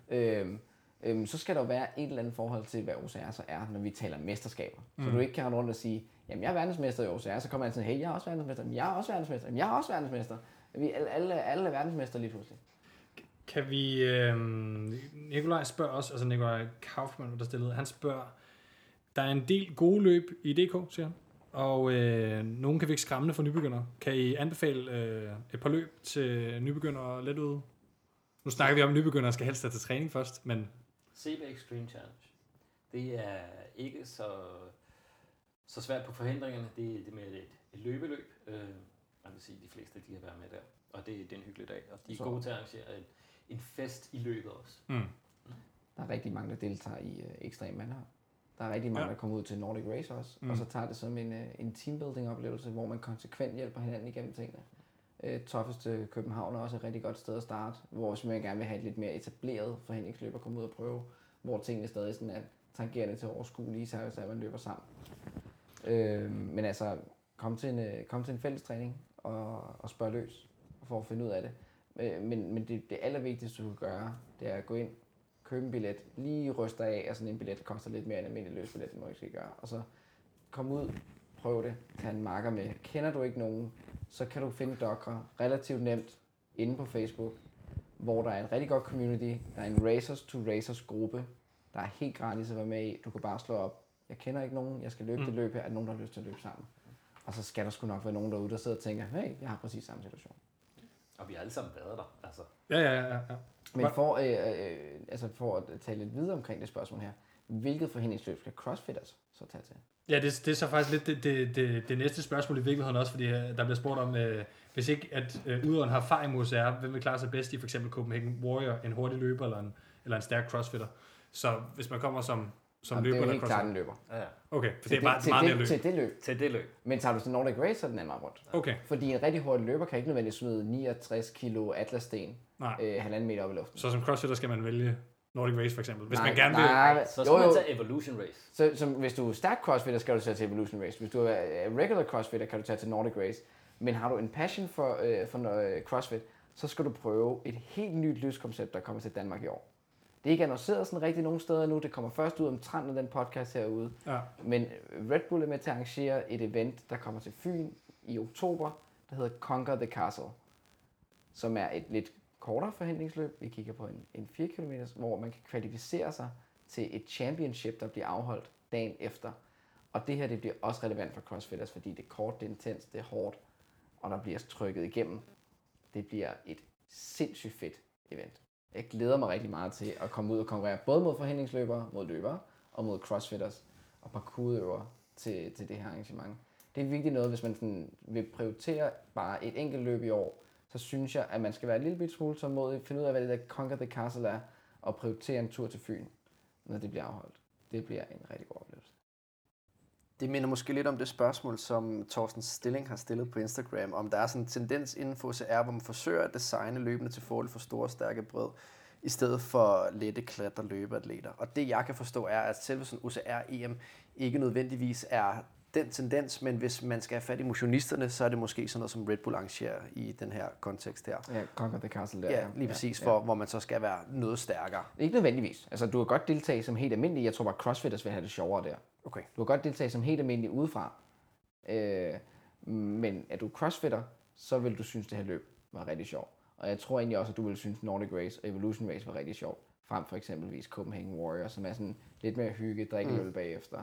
så skal der jo være et eller andet forhold til, hvad OCR så er, når vi taler mesterskaber. Så du ikke kan rende rundt og sige, jamen jeg er verdensmester i OCR, så kommer han sådan, hey, jeg er også verdensmester, jamen jeg er også verdensmester, jamen jeg er også verdensmester. Vi alle er verdensmester lige pludselig. Kan vi, Nikolaj spørger også, altså Nikolaj Kaufmann, der stillede, han spørger, der er en del gode løb i DK, siger han, og nogen kan virke skræmmende for nybegyndere. Kan I anbefale et par løb til nybegyndere let ude? Nu snakker vi om, at nybegyndere skal helst have til træning først, men... CB Extreme Challenge. Det er ikke så svært på forhindringerne. Det er med et løbeløb. Jeg vil sige, at de fleste de kan være med der. Og det er en hyggelig dag. Og de er gode til at arrangere en fest i løbet også. Der er rigtig mange, der deltager i ekstrem mandhold. Der er rigtig mange, der kommer ud til Nordic Race også. Og så tager det som en teambuilding-oplevelse, hvor man konsekvent hjælper hinanden igennem tingene. Toughest København er også et rigtig godt sted at starte, hvor man gerne vil have et lidt mere etableret forhindringsløb og komme ud og prøve, hvor tingene stadig sådan er tangerende til overskuelige, så man løber sammen. Men altså, kom til en fælles træning og spørg løs for at finde ud af det. Men det allervigtigste, du kan gøre, det er at gå ind, købe en billet, lige ryste af, og sådan en billet koster lidt mere end en almindelig løsbillet, det må ikke gøre. Og så komme ud, prøv det. Tag en marker med. Kender du ikke nogen, så kan du finde Dokra relativt nemt inde på Facebook, hvor der er en rigtig godt community. Der er en Racers to Racers gruppe, der er helt gratis at være med i. Du kan bare slå op. Jeg kender ikke nogen, jeg skal løbe det løb her. Er der nogen, der har lyst til at løbe sammen? Og så skal der sgu nok være nogen derude, der sidder og tænker, hey, jeg har præcis samme situation. Og vi har alle sammen været der, altså. Ja. Men for at tale lidt videre omkring det spørgsmål her, hvilket forhindringsløb skal CrossFitters så tage til? Ja, det er så faktisk lidt det næste spørgsmål i virkeligheden også, fordi der bliver spurgt om, hvis ikke at udøveren har erfaring med OCR, hvem vil klare sig bedst i for eksempel Copenhagen Warrior, en hurtig løber eller en stærk crossfitter. Så hvis man kommer som løber eller crossfitter. Det er helt klart en løber. Ja. Okay, for det er bare meget mere løb. Til det løb. Men tager du til Nordic Race, så er den anden vej rundt. Okay. Fordi en rigtig hurtig løber kan ikke nødvendigvis smide 69 kilo atlassten 1,5 meter op i luften. Så som crossfitter skal man vælge Nordic Race for eksempel. Hvis man gerne vil... Så skal man tage Evolution Race. Så hvis du er stærk crossfitter, skal du tage til Evolution Race. Hvis du er regular crossfitter, kan du tage til Nordic Race. Men har du en passion for crossfit, så skal du prøve et helt nyt lyskoncept, der kommer til Danmark i år. Det er ikke annonceret sådan rigtig nogen steder nu. Det kommer først ud omtrent med den podcast herude. Ja. Men Red Bull er med til at arrangere et event, der kommer til Fyn i oktober, der hedder Conquer the Castle, som er et lidt kortere forhindringsløb. Vi kigger på en 4 km, hvor man kan kvalificere sig til et championship, der bliver afholdt dagen efter. Og det her, det bliver også relevant for crossfitters, fordi det er kort, det er intens, det er hårdt, og der bliver trykket igennem. Det bliver et sindssygt fedt event. Jeg glæder mig rigtig meget til at komme ud og konkurrere både mod forhindringsløbere, mod løbere og mod crossfitters og parkourudøvere til det her arrangement. Det er virkelig noget, hvis man sådan vil prioritere bare et enkelt løb i år, så synes jeg, at man skal være en lille smule tålmodig, finde ud af, hvad det der Conquer the Castle er, og prioritere en tur til Fyn, når det bliver afholdt. Det bliver en rigtig god oplevelse. Det minder måske lidt om det spørgsmål, som Thorsten Stilling har stillet på Instagram, om der er sådan en tendens inden for OCR, hvor man forsøger at designe løbende til fordel for store, stærke brød, i stedet for lette klatre løbeatleter. Og det jeg kan forstå er, at selve sådan OCR-EM ikke nødvendigvis er den tendens, men hvis man skal have fat i motionisterne, så er det måske sådan noget, som Red Bull arrangerer i den her kontekst her. Ja, Conquer the Castle der. Ja, lige præcis, hvor man så skal være noget stærkere. Ikke nødvendigvis. Altså, du kan godt deltage som helt almindelig. Jeg tror bare, crossfitters vil have det sjovere der. Okay. Du kan godt deltage som helt almindelig udefra. Men er du crossfitter, så vil du synes, det her løb var rigtig sjovt. Og jeg tror egentlig også, at du vil synes, Nordic Race og Evolution Race var rigtig sjovt. Frem for eksempelvis Copenhagen Warrior, som er sådan lidt mere hygge, drikkeøl bagefter.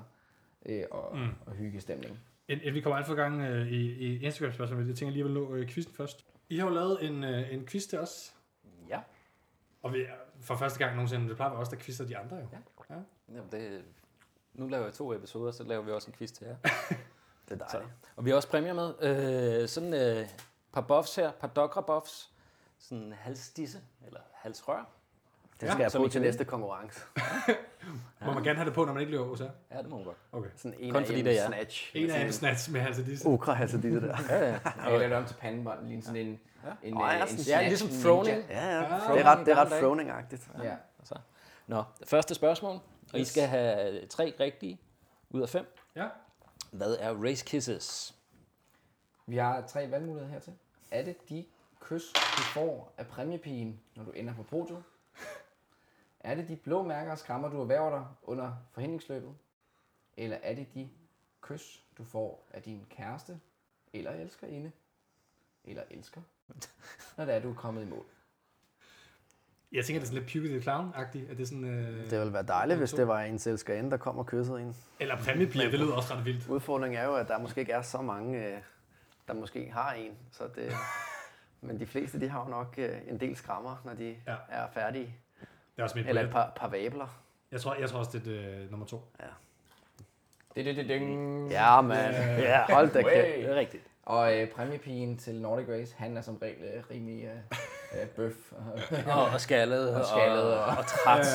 Og hyggestemning. Inden vi kommer alt for gang i Instagram-spørgsmålet, jeg tænker lige at nå quizzen først. I har jo lavet en quiz til os. Ja. Og vi for første gang nogensinde, det plejer at være os, der quizzer de andre jo. Ja. Jamen nu laver jeg 2 episoder, så laver vi også en quiz til jer. Det er dejligt. Så. Og vi har også præmier med. Sådan et par buffs her, par Dokra buffs. Sådan en halsdisse, eller halsrør. Det skal jeg på til næste konkurrence. Må man gerne have det på, når man ikke løber OCR? Ja, det må man godt. Okay. Sådan en kun af fordi det er snatch. En af en snatch med halsedisse. Okra halsedisse der. Ja. Jeg laver det om til pandebånd, lige sådan en snatch. Ja, ligesom throwing. Ja. Det er ret throwing-agtigt. Ja. Så. Nå, første spørgsmål. Og I skal have 3 rigtige ud af 5. Ja. Hvad er race kisses? Vi har 3 valgmuligheder hertil. Er det de kys, du får af præmiepigen, når du ender på podiet? Er det de blå mærker og skrammer, du erhverver dig under forhindringsløbet? Eller er det de kys, du får af din kæreste, eller elskerinde, eller elsker, når det er, du er kommet i mål? Jeg tænker, det er sådan lidt Puke the Clown-agtigt. Er det sådan, Det ville være dejligt, hvis det var en elskerinde, der kom og kyssede en. Eller præmiepiger, det lyder også ret vildt. Udfordringen er jo, at der måske ikke er så mange, der måske har en. Så det, men de fleste, de har jo nok en del skrammer, når de er færdige. Det er også mit eller et par vabler. Jeg tror også, det er nummer 2. Ja. Ding. Ja, man. Ja, hold da kæft. Det er rigtigt. Og præmiepigen til Nordic Race, han er som regel rimelig bøf. Og skaldet. Og træt.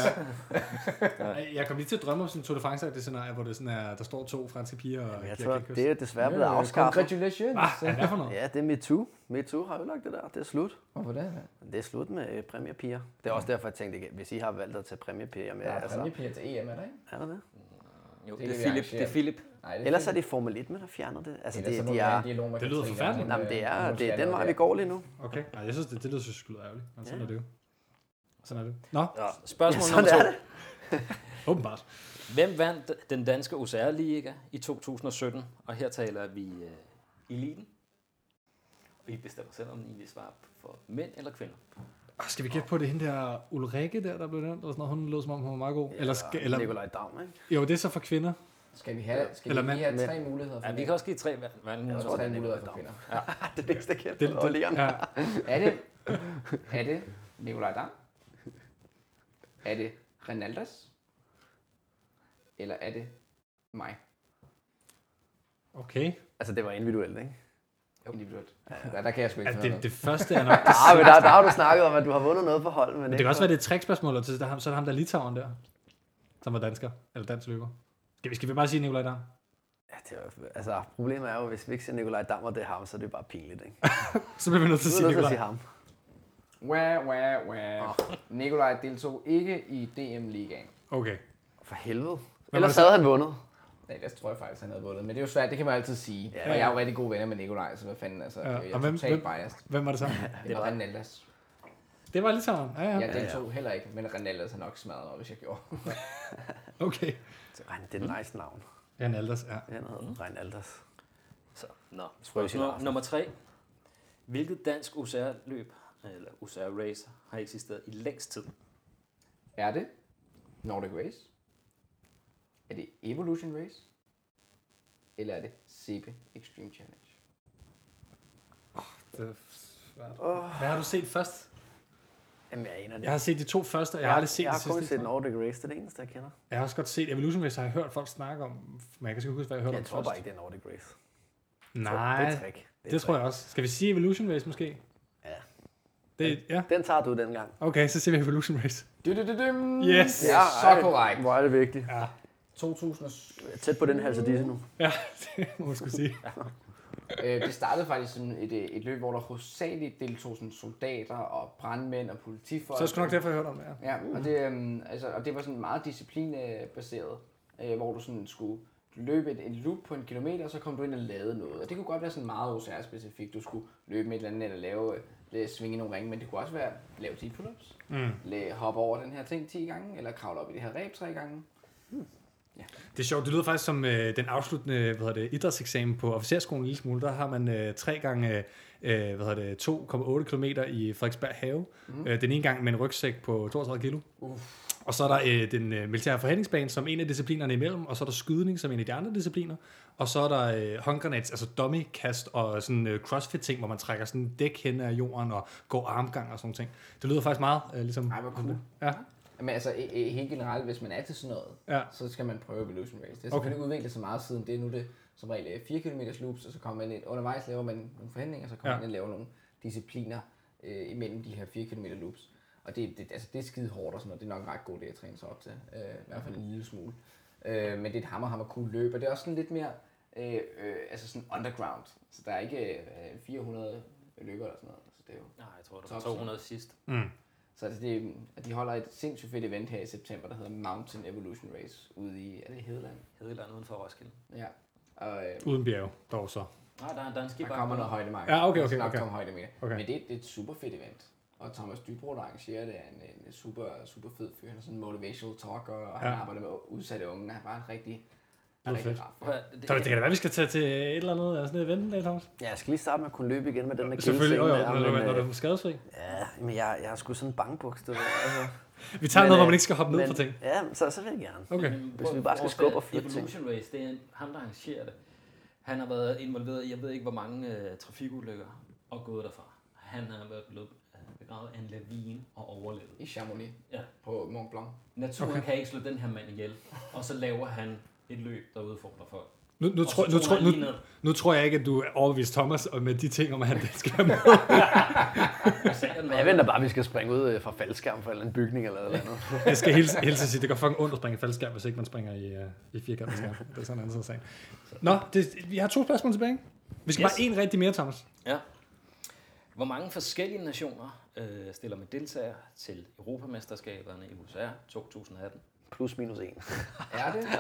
Jeg kom lige til at drømme om sådan en Tour de France-agtigt scenarie, hvor det sådan er, der står 2 franske piger. Og jeg tror, det er desværre blevet afskaffet. Congratulations. Hvad er det for noget? Ja, det er MeToo. MeToo har ødelagt det der. Det er slut. Hvorfor det? Det er slut med præmiepiger. Det er også derfor, jeg tænkte, hvis I har valgt at tage præmiepiger med. Der er præmiepiger til EM, er der ikke? Er der det? Jo, det er Philip. Nej, ellers er det Formel 1, man har fjernet det. Altså, det lyder forfærdeligt. Jamen, det er den vej, vi går lige nu. Okay, nej, jeg synes, det lyder sgu ærgerligt. Men sådan er det jo. Sådan er det. Nå. Spørgsmål nummer 2. Åbenbart. Hvem vandt den danske OCR-liga i 2017? Og her taler vi eliten. Og I bestemmer selv, om I vil svare for mænd eller kvinder. Skal vi gætte på det hende der Ulrike der blev nævnt? Eller sådan noget? Hun lød som om, hun var meget god. Eller Nikolaj Dam, ikke? Jo, det er så for kvinder. Skal vi have 3 muligheder for Ja, vi kan også give 3 Jeg tror, 3 muligheder for kvinder. Ja. Det er det, der kendt. Er det Nikolaj Dam? Er det Renaldas? Eller er det mig? Okay. Altså, det var individuelt, ikke? Jo, individuelt. Ja, der kan jeg sgu ikke noget. Det første er nok det men der har du snakket om, at du har vundet noget for hold. Men det kan også være, det er et trickspørgsmål, og så er der ham der Litauen der, som var dansker, eller dansk løber. Skal vi bare sige Nikolaj Dam? Ja, altså, problemet er jo, hvis vi ikke siger Nikolaj Dam, og det er ham, så er det bare pinligt, ikke? Så bliver vi nødt til at sige Nikolaj. ham. Nikolaj deltog ikke i DM-ligaen. Okay. For helvede. Ellers havde han vundet. Nej, det tror jeg faktisk, han havde vundet. Men det er jo svært, det kan man altid sige. Ja, og jeg er jo rigtig gode venner med Nikolaj, så hvad fanden, altså, jeg er totalt biased. Hvem var det så? Det var Renaldas. Det var Litauen, ja. Jeg deltog heller ikke, men Renaldas har nok smadret noget, hvis jeg gjorde. Okay. Det er et nice navn. Renaldas, ja. Han hedder Renaldas. Så, spørgsmål nummer 3. Hvilket dansk OCR-løb, eller OCR-race, har eksisteret i længst tid? Er det Nordic Race? Er det Evolution Race? Eller er det CB Extreme Challenge? Det er svært. Hvad har du set først? Jamen, jeg har set de 2 første, og jeg har aldrig set jeg det sidste. Jeg har kun set Nordic Race, det er det eneste, jeg kender. Jeg har også godt set Evolution Race, har jeg hørt folk snakke om, men jeg kan sgu huske, hvad jeg hørte om først. Jeg tror bare ikke, det er Nordic Race. Nej, det er trick. Det tror jeg også. Skal vi sige Evolution Race måske? Ja. Den tager du den gang. Okay, så siger vi Evolution Race. Yes! Ja, så korrekt. Hvor er det vigtigt. Ja. 2000. Tæt på den halse disse nu. Ja, det må man skulle sige. Det startede faktisk sådan et løb, hvor der hovedsageligt deltog sådan soldater og brandmænd og politifolk. Så er det sgu nok derfor, jeg hørte om det, ja. Og det var sådan meget disciplinbaseret, hvor du sådan skulle løbe et loop på 1 kilometer, og så kom du ind og lavede noget. Og det kunne godt være sådan meget OCR-specifikt. Du skulle løbe med et eller andet, eller svinge nogle ringe, men det kunne også være lave 10 pull-ups, hoppe over den her ting 10 gange, eller kravle op i det her ræb 3 gange. Ja. Det er sjovt, det lyder faktisk som den afsluttende idrætseksamen på officerskolen en lille smule. Der har man 3 gange 2,8 km i Frederiksberg Have. Den ene gang med en rygsæk på 32 kilo. Og så er der den militære forhindringsbane som en af disciplinerne imellem, og så er der skydning som en af de andre discipliner, og så er der håndgranater, altså dummy-kast og sådan crossfit-ting, hvor man trækker sådan dæk hen af jorden og går armgang og sådan ting. Det lyder faktisk meget ligesom... Ej, hvor cool. Ja. Men altså helt generelt, hvis man er til sådan noget, så skal man prøve Evolution Race. Det er selvfølgelig udviklet så meget siden. Det er nu det som regel 4 km loops, og så kommer man ind. Undervejs laver man nogle forhindringer, så kommer man ind og laver nogle discipliner imellem de her 4 km loops. Og det er skide hårdt og sådan noget. Det er nok en ret god det at træne sig op til. I hvert fald en lille smule. Men det er et hammer cool løb, og det er også sådan lidt mere sådan underground. Så der er ikke 400 løber eller sådan noget. Så det er jo nej, jeg tror, det var 200 sidst. Så de holder et sindssygt fedt event her i september, der hedder Mountain Evolution Race ude i, er det Hedeland? Hedeland uden for Roskilde. Ja. Og, uden bjerg, dog så. Nej, der er en skibakke. Der kommer noget højdemark. Ja, okay. Men det er et super fedt event. Og Thomas Dybro, der arrangerer det, er en super fed fyr. Han er sådan en motivational talker, og han arbejder med udsatte unge. Han er bare en rigtig Det kan da være, vi skal tage til et eller andet sådan et event, der, Thomas. Ja, jeg skal lige starte med at kunne løbe igen med den der kildsing. Selvfølgelig, når du er skadesfri. Ja, men jeg har sgu sådan en bangebuks, du ved. Altså. Vi tager noget, hvor man ikke skal hoppe ned for ting. Ja, så vil jeg gerne. Okay. Hvis vi bare skal skubbe og flytte ting. Evolution Race, det er ham, der arrangerer det. Han har været involveret i, jeg ved ikke hvor mange trafikulykker og gået derfra. Han har været blevet begravet af en lavine og overlevet. I Chamonix? Ja. På Mont Blanc? Naturen kan ikke slå den her mand ihjel, og så laver han et løb, der udfordrer folk. Nu tror jeg ikke, at du er overbevist Thomas med de ting, om at han skal være med. Men jeg venter bare, at vi skal springe ud fra faldskærm for en bygning eller noget andet. Jeg skal hilse sige, det går fucking ondt at springe faldskærm, hvis ikke man springer i firkantet skærm. Det er sådan en anden sag. Nå, vi har 2 spørgsmål tilbage. Vi skal bare en rigtig mere, Thomas. Ja. Hvor mange forskellige nationer stiller med deltagere til Europamesterskaberne i UCR 2018? Plus minus 1. Er det?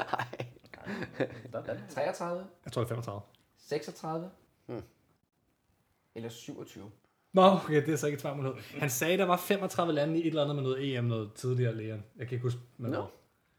Nej. 33? Jeg tror, det er 35. 36? Eller 27? Nå, okay, det er så ikke et svarmulighed. Han sagde, der var 35 lande i et eller andet med noget EM, noget tidligere, Leon. Jeg kan ikke huske med no.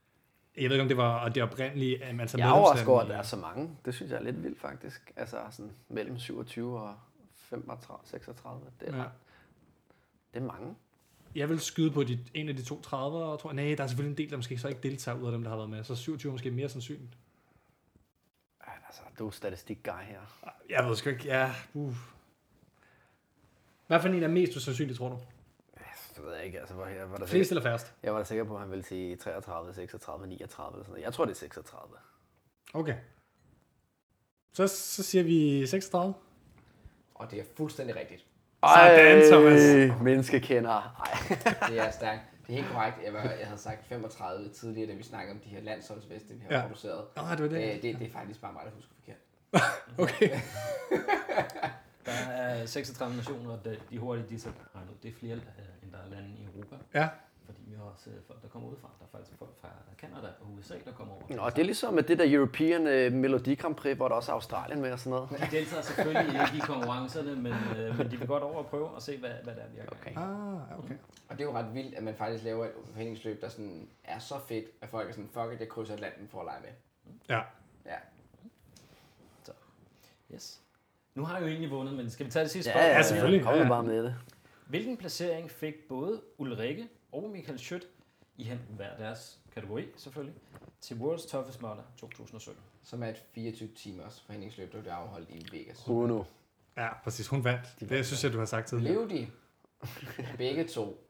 Jeg ved ikke, om det var det oprindelige. Altså jeg er også godt, at der er så mange. Det synes jeg er lidt vildt, faktisk. Altså sådan mellem 27 og 35, 36. Det er mange. Jeg vil skyde på en af de 2 30'ere, tror jeg. Nej, der er selvfølgelig en del, der måske så ikke deltager ud af dem, der har været med. Så 27 er måske mere sandsynligt. Ja, altså, du er statistik-guy her. Jeg ved sgu ikke. Ja. Hvad for en er mest usandsynligt, tror du? Det ved jeg ikke. Altså, var der flest eller færrest? Jeg var da sikker på, at han ville sige 33, 36, 39 eller sådan noget. Jeg tror, det er 36. Okay. Så siger vi 36. Og det er fuldstændig rigtigt. Sådan, Thomas. Menneskekender. Det er stærkt. Det er helt korrekt. Jeg havde sagt 35 tidligere, da vi snakkede om de her landsholdsveste, vi har produceret. Det er faktisk bare mig, der husker forkert. Okay. Der er 36 nationer, og de hurtigt de så regnet ud. Det er flere, end der er lande i Europa. Ja. Fordi vi har også folk, der kommer udefra. Der er faktisk folk fra Canada og USA, der kommer over. Nå, det er ligesom med det der European Melodi Grand Prix, hvor der også er Australien med og sådan noget. De deltager selvfølgelig ikke i konkurrencerne, men de vil godt over og prøve og se, hvad der virker. Okay. Okay. Og det er jo ret vildt, at man faktisk laver et foreningsløb, der sådan er så fedt, at folk er sådan, fuck it, jeg krydser Atlanten for at lege med. Ja. Så. Yes. Nu har jeg jo egentlig vundet, men skal vi tage det sidste spørgsmål? Ja, selvfølgelig. Kom bare med det. Hvilken placering fik både Ulrike og Michael Schødt i hver deres kategori, selvfølgelig, til World's Toughest Mudder 2017? Som er et 24 timers foreningsløb, der blev afholdt i Vegas. Uno. Ja, præcis. Hun vandt. Det synes jeg, du har sagt tidligere. Lev de begge to.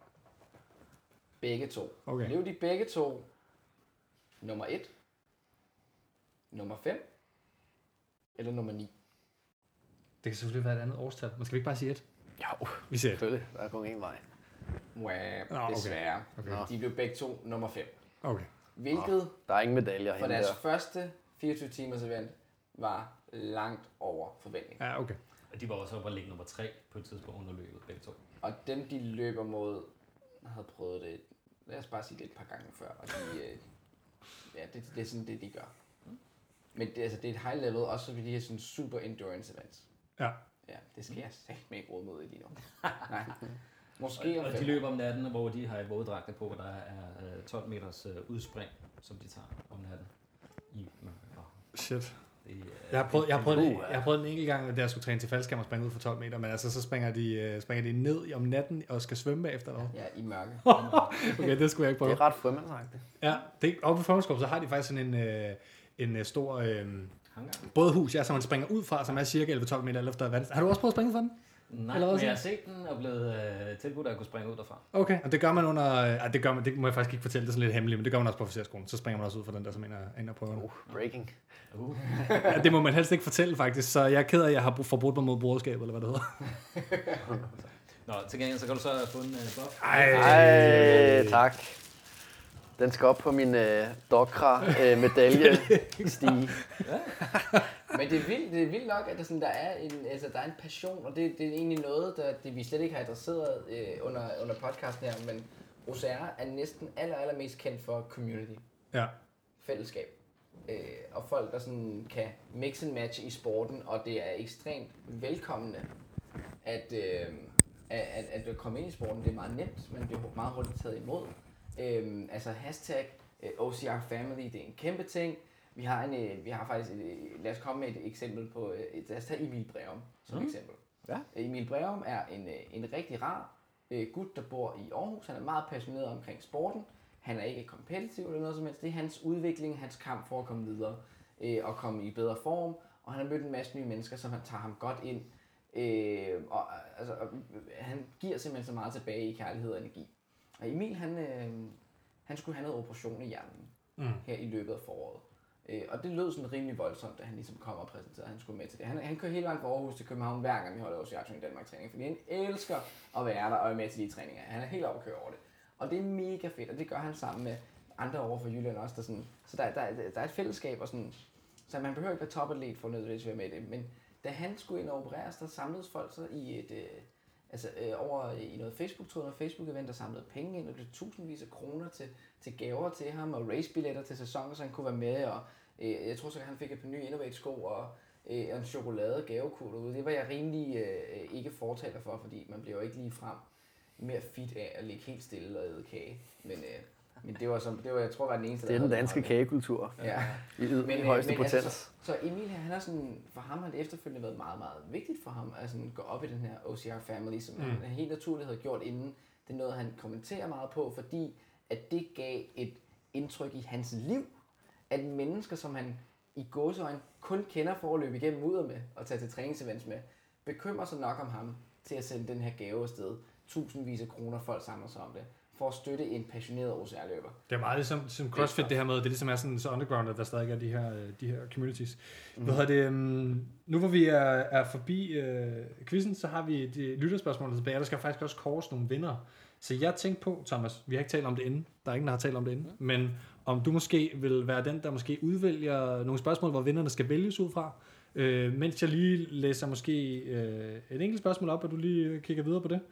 Okay. Lev de begge to nummer 1, nummer 5 eller nummer 9? Det kan selvfølgelig være et andet årstal. Men skal vi ikke bare sige 1? Jo, vi siger 1. Selvfølgelig. Der er kun én vej. Desværre. Okay. De blev begge to nummer 5. Okay. Hvilket der er ingen medaljer for deres første 24 timers event var langt over forventning. Ja, okay. Og de var også oppe at ligge nummer 3 på et tidspunkt under løbet, begge to. Og dem, de løber mod, havde prøvet det, lad os bare sige det et par gange før, og det er sådan det, de gør. Men det er et high level, også fordi de er sådan super endurance events. Ja. Ja, det skal jeg satme ikke råde mod i lige nu. Nej. Måske og de løber om natten, hvor de har våddragter på, hvor der er 12 meters udspring, som de tager om natten. Shit. Jeg har prøvet en enkelt gang, da jeg skulle træne til faldskærm og springe ud for 12 meter, men altså så springer de ned om natten og skal svømme bagefter noget. Ja, i mørke. Okay, det skulle jeg ikke prøve. Det er ret frømandsagtigt. Ja, oppe på Formandskov, så har de faktisk sådan en stor bådhus, som man springer ud fra, som er cirka 11-12 meter efter vand. Har du også prøvet at springe fra den? Nej, men jeg har set den og blevet tilbudt, at jeg kunne springe ud derfra. Okay, og det gør man under... det må jeg faktisk ikke fortælle, det er sådan lidt hemmeligt, men det gør man også på officerskolen. Så springer man også ud fra den der, som en af prøverne. Breaking. Ja, det må man helst ikke fortælle, faktisk. Så jeg er ked af, at jeg har forbrudt mig mod broderskab, eller hvad det hedder. Nå, til gengæld, så kan du så have fundet en bob. Ej, tak. Den skal op på min Dokra-medalje stige. Men det er vildt nok, at der er en passion, og det er egentlig noget, vi slet ikke har adresseret under podcasten her, men OCR er næsten allermest kendt for community. Ja. Fællesskab. Og folk, der sådan kan mix and match i sporten, og det er ekstremt velkommende at komme ind i sporten. Det er meget nemt, man bliver meget hurtigt taget imod. Hashtag OCR Family, det er en kæmpe ting. Vi har faktisk lad os komme med et eksempel på, lad os tage Emil Breum som eksempel. Ja. Emil Breum er en rigtig rar gut, der bor i Aarhus. Han er meget passioneret omkring sporten. Han er ikke kompetitiv eller noget som helst. Det er hans udvikling, hans kamp for at komme videre og komme i bedre form. Og han har mødt en masse nye mennesker, som han tager ham godt ind. Han giver simpelthen så meget tilbage i kærlighed og energi. Og Emil, han skulle have noget operation i hjernen her i løbet af foråret. Og det lød sådan rimelig voldsomt, da han ligesom kom og præsenterede, at han skulle med til det. Han kører hele vejen fra Aarhus til København hver gang vi holder OCR i Danmark træning, fordi han elsker at være der og være med til de træninger. Han er helt oppe at køre over det. Og det er mega fedt, og det gør han sammen med andre over for Jylland også. Der sådan, så der er et fællesskab, og sådan, så man behøver ikke være topatlet for nødvendigvis at være med det. Men da han skulle ind og opereres, der samledes folk så i over i noget Facebook-tråd, noget Facebook-event, der samlede penge ind, og det tusindvis af kroner til gaver til ham, og racebilletter til sæsoner, så han kunne være med, og jeg tror så, at han fik et par nye Innovate-sko, og en chokolade gavekur derude. Det var jeg rimelig ikke fortaler for, fordi man bliver jo ikke lige frem mere fit af at ligge helt stille og æde kage. Men Men det var, jeg tror, var den eneste, det er den danske kagekultur. Ja. I højeste potens. Altså, så Emil, han har sådan, for ham har det efterfølgende været meget, meget vigtigt for ham at sådan gå op i den her OCR family, som han helt naturligt havde gjort inden. Det er noget, han kommenterer meget på, fordi at det gav et indtryk i hans liv, at mennesker, som han i gåseøjne kun kender for at løbe igennem mudder med og tage til træningsevents med, bekymrer sig nok om ham til at sende den her gave afsted. Tusindvis af kroner, folk samler sig om det, for at støtte en passioneret OCR-løber. Det er meget ligesom CrossFit, det her med, det er ligesom er sådan så underground, at der stadig er de her communities. Hvad hedder det, nu hvor vi er forbi quizzen, så har vi de lytterspørgsmål tilbage, der skal faktisk også kåres nogle vinder. Så jeg tænkte på, Thomas, vi har ikke talt om det inden, der er ingen, der har talt om det inden, men om du måske vil være den, der måske udvælger nogle spørgsmål, hvor vinderne skal vælges ud fra, mens jeg lige læser måske et enkelt spørgsmål op, og du lige kigger videre på det.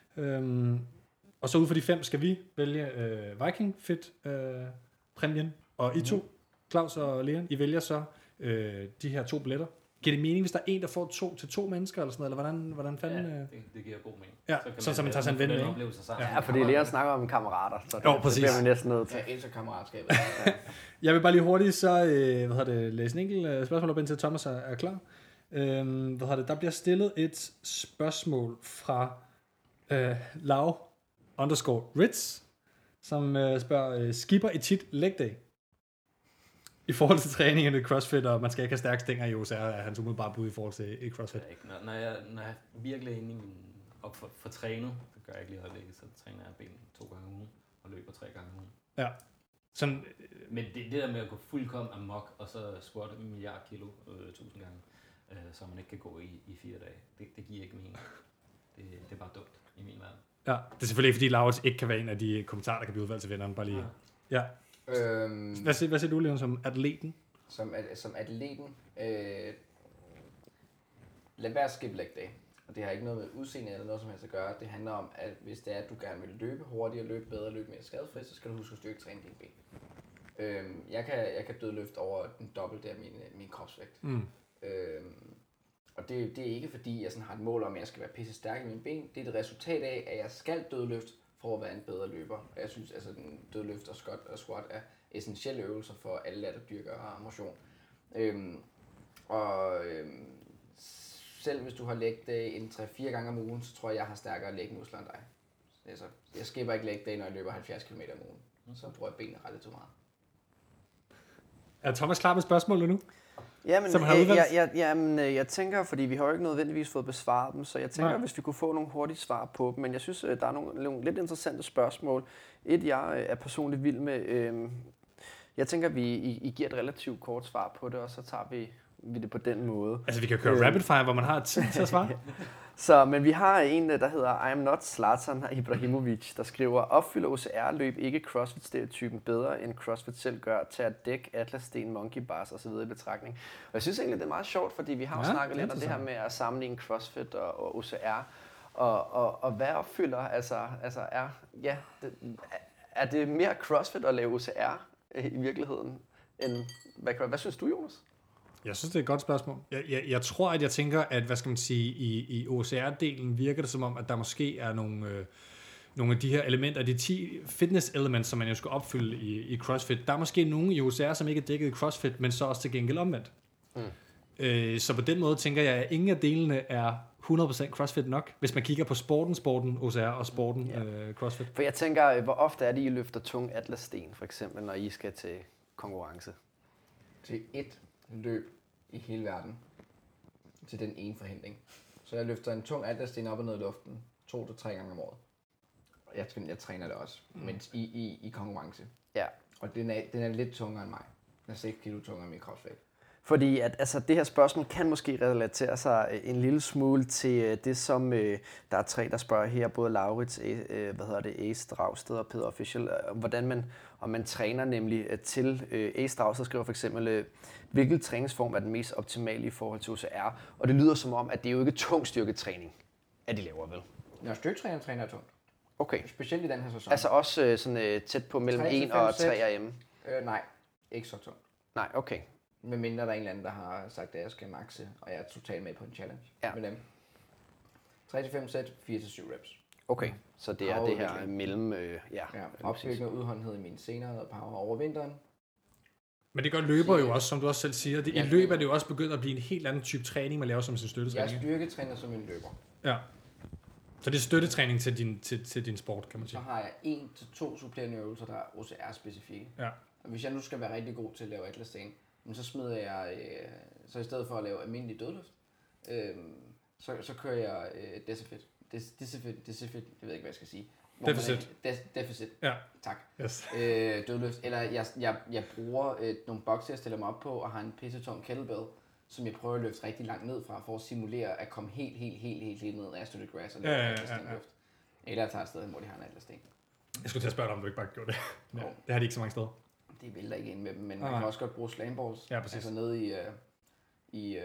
Og så ud fra de 5 skal vi vælge Viking Fit præmien, og I to, Claus og Leon, I vælger så de her 2 billetter. Giver det mening, hvis der er en, der får 2 til 2 mennesker, eller sådan noget, eller hvordan fanden? Ja, det giver god mening. Ja, så man tager sig en ven med, ikke? Ja, fordi Leon snakker om kammerater, så det bliver vi næsten nødt til. Ja, et så kammeratskabet. Jeg vil bare lige hurtigt så læse en enkelt spørgsmål op, indtil Thomas er klar. Der bliver stillet et spørgsmål fra Lav_Ritz, som spørger, skipper I tit leg day? I forhold til træningen i CrossFit, og man skal ikke have stærke stænger i OCR, er hans umiddelbare bud i forhold til CrossFit. Når jeg virkelig er inde i min for trænet, det gør jeg ikke lige øjeblikket, så træner jeg ben 2 gange om ugen og løber 3 gange om ugen. Ja. Sådan, men det der med at gå fuldkommen amok, og så squatte 1 milliard kilo 1000 gange, så man ikke kan gå i 4 dage, det giver ikke mening. Det er bare dumt i min verden. Ja, det er selvfølgelig fordi Laurits ikke kan være en af de kommentarer, der kan blive udvalgt til vinderen. Bare lige. Ja. Hvad siger du, Leon, som atleten? Som atleten? Lad være at skippe leg day. Og det har ikke noget med udseende eller noget som helst at gøre. Det handler om, at hvis det er, at du gerne vil løbe hurtigere, løbe bedre, løbe mere skadefrit, så skal du huske at styrketræne dine ben. Jeg kan dødløfte over den dobbelte af min kropsvægt. Og det er ikke fordi, jeg sådan har et mål om, at jeg skal være pisse stærk i mine ben. Det er et resultat af, at jeg skal dødløfte for at være en bedre løber. Og jeg synes, altså den dødløft og squat er essentielle øvelser for alle, der dyrker motion. Selv hvis du har leg day en 3-4 gange om ugen, så tror jeg har stærkere lægmuskler end dig. Altså, jeg skipper ikke leg day, når jeg løber 70 km om ugen. Så bruger jeg benene ret til meget. Er Thomas klar med spørgsmålet nu? Jamen, jeg tænker, fordi vi har jo ikke nødvendigvis fået besvaret dem, så jeg tænker, hvis vi kunne få nogle hurtige svar på dem. Men jeg synes, der er nogle lidt interessante spørgsmål. Jeg er personligt vild med. Jeg tænker, I giver et relativt kort svar på det, og så tager vi det på den måde. Altså, vi kan køre rapid fire, hvor man har tid til at svare. Men vi har en, der hedder I am not Zlatan Ibrahimovic, der skriver, opfylder OCR-løb ikke CrossFit-stereotypen bedre, end CrossFit selv gør, tager dæk, atlassten, monkey bars osv. i betragtning. Og jeg synes egentlig, det er meget sjovt, fordi vi har jo snakket lidt om det her med at sammenligne CrossFit og OCR. Og hvad opfylder, er det mere CrossFit at lave OCR i virkeligheden, end hvad synes du, Jonas? Jeg synes, det er et godt spørgsmål. Jeg tror, at jeg tænker, at hvad skal man sige, i OCR-delen virker det som om, at der måske er nogle af de her elementer, de 10 fitness elements, som man jo skal opfylde i CrossFit. Der er måske nogle i OCR, som ikke er dækket i CrossFit, men så også til gengæld omvendt. Så på den måde tænker jeg, at ingen af delene er 100% CrossFit nok, hvis man kigger på sporten OCR og sporten CrossFit. For jeg tænker, hvor ofte er det, I løfter tung atlassten, for eksempel, når I skal til konkurrence? Til et løb i hele verden til den ene forhindring. Så jeg løfter en tung atlassten op og ned i luften 2 til 3 gange om året. Jeg træner det også, men i konkurrence. Ja. Og den er lidt tungere end mig. Den er 6 kilo tungere end min kropsvægt. Fordi det her spørgsmål kan måske relatere sig en lille smule til det, som der er 3, der spørger her, både Laurits, Ace Dragsted og Peder Official, hvordan man træner nemlig til. Ace Dragsted skriver for eksempel, hvilken træningsform er den mest optimale i forhold til OCR, og det lyder som om, at det er jo ikke tung styrketræning, at de laver, vel? Når styrketræning træner er tungt. Okay. Specielt i den her sæson. Altså også sådan tæt på mellem 1 og 3 RM? Nej, ikke så tungt. Nej, okay. Med mindre der er en eller anden, der har sagt, at jeg skal maxe, og jeg er totalt med på en challenge med dem. 3-5 sæt, 4-7 reps. Okay, så det er det her mellem... opbygning og udholdenhed i mine senere og power over vinteren. Men det gør løber jo også, som du også selv siger. I løb er det jo også begyndt at blive en helt anden type træning, man laver som sin støttetræning. Jeg styrketræner som en løber. Ja. Så det er støttetræning til din sport, kan man sige. Så har jeg 1 til 2 supplerende øvelser, der er OCR-specifikke. Ja. Og hvis jeg nu skal være rigtig god til at lave atlas-træning, så smider jeg, så i stedet for at lave almindelig dødløft, så kører jeg Decifit, jeg ved ikke, hvad jeg skal sige. Deficit. Ja. Tak. Yes. Dødløft. Eller jeg bruger nogle bokse, jeg stiller mig op på, og har en pissetung kettlebell, som jeg prøver at løfte rigtig langt ned fra, for at simulere at komme helt ned af Astrid Grass og lave atlas-sten-løft. Eller jeg tager et sted, hvor de har en atlas-sten. Jeg skulle til at spørge dig, om du ikke bare gjorde det. Ja, det har de ikke så mange steder. Det vælter ikke ind med dem, men man kan også godt bruge slamballs. Ja, præcis. Altså nede i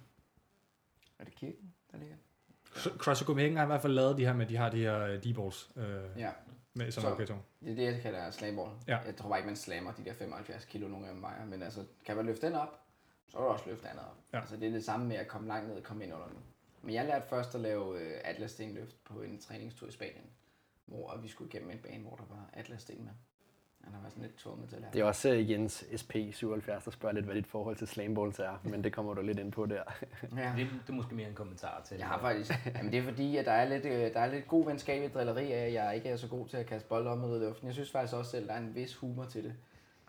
er det kirken, der ligger? CrossFit Copenhagen har i hvert fald lavet de her med, de har de her D-balls. Med sådan noget beton. Det er det, jeg kalder slamball. Ja. Jeg tror bare ikke, man slammer de der 75 kilo, nogle af dem vejer. Men altså, kan man løfte den op, så kan du også løfte andet op. Ja. Altså, det er det samme med at komme langt ned og komme ind under den. Men jeg lærte først at lave atlas-stenløft på en træningstur i Spanien, hvor vi skulle igennem en bane, hvor der var atlas-sten med. Han har været sådan lidt tvunget til at lære. Det er også Jens SP77, der spørger lidt, hvad dit forhold til slamballs er, men det kommer du lidt ind på der. Ja. Det er måske mere en kommentar til. Jeg har faktisk, jamen det er fordi, at der er lidt god venskabelig drilleri af, at jeg ikke er så god til at kaste bolde op ud i luften. Jeg synes faktisk også selv, at der er en vis humor til det.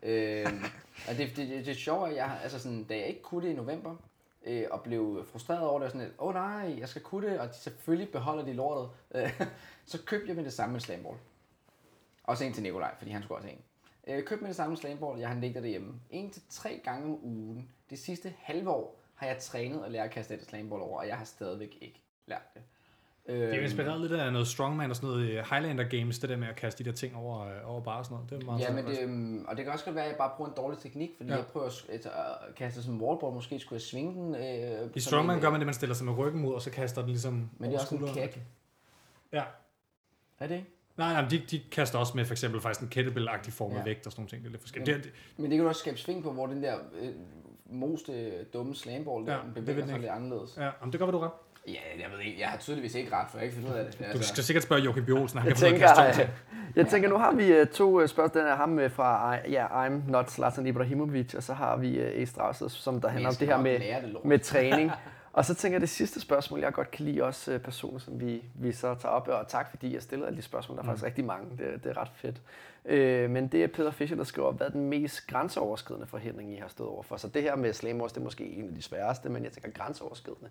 Og det er sjovt, at da jeg ikke kunne det i november, og blev frustreret over det, og sådan lidt, nej, jeg skal kunne det, og de selvfølgelig beholder de lortet, så købte jeg med det samme slamball. Også en til Nikolaj, fordi han skulle også en. Købte med det samme slamball, jeg har ligget derhjemme. 1 til 3 gange om ugen. Det sidste halve år har jeg trænet og lært at kaste et slamball over, og jeg har stadigvæk ikke lært det. Det er jo inspireret lidt af noget strongman og sådan noget Highlander games, det der med at kaste de der ting over bare og sådan noget. Det er meget og det kan også godt være, at jeg bare bruger en dårlig teknik, fordi jeg prøver at kaste som wallboard, måske skulle jeg svinge den. I strongman gør man det, man stiller sig med ryggen mod, og så kaster den ligesom. Men det er også en kæk. Ja. Er det ikke? Nej, de kaster også med for eksempel faktisk en kettlebell-agtig form af vægt og sådan nogle ting. Det er lidt forskelligt. Men det kan du også skabe sving på, hvor den der moste dumme slamball, den bevæger sig lidt anderledes. Ja, men det gør, hvad du ret. Ja, jeg ved ikke. Jeg har tydeligvis ikke ret, for jeg ikke finde ud af det. Du skal sikkert spørge Joachim Bjolsen, han Jeg tænker, nu har vi 2 spørgsmål. Den er ham fra I'm Not Zlatan Ibrahimovic, og så har vi Ace Strauss, som der handler om det her med træning. Og så tænker jeg, det sidste spørgsmål, jeg godt kan lide også personer, som vi så tager op. Og tak, fordi jeg stillede alle de spørgsmål. Der er faktisk rigtig mange. Det er ret fedt. Men det er Peter Fischer, der skriver op, hvad er den mest grænseoverskridende forhindring, I har stået overfor? Så det her med slamballs, det er måske en af de sværeste, men jeg tænker grænseoverskridende.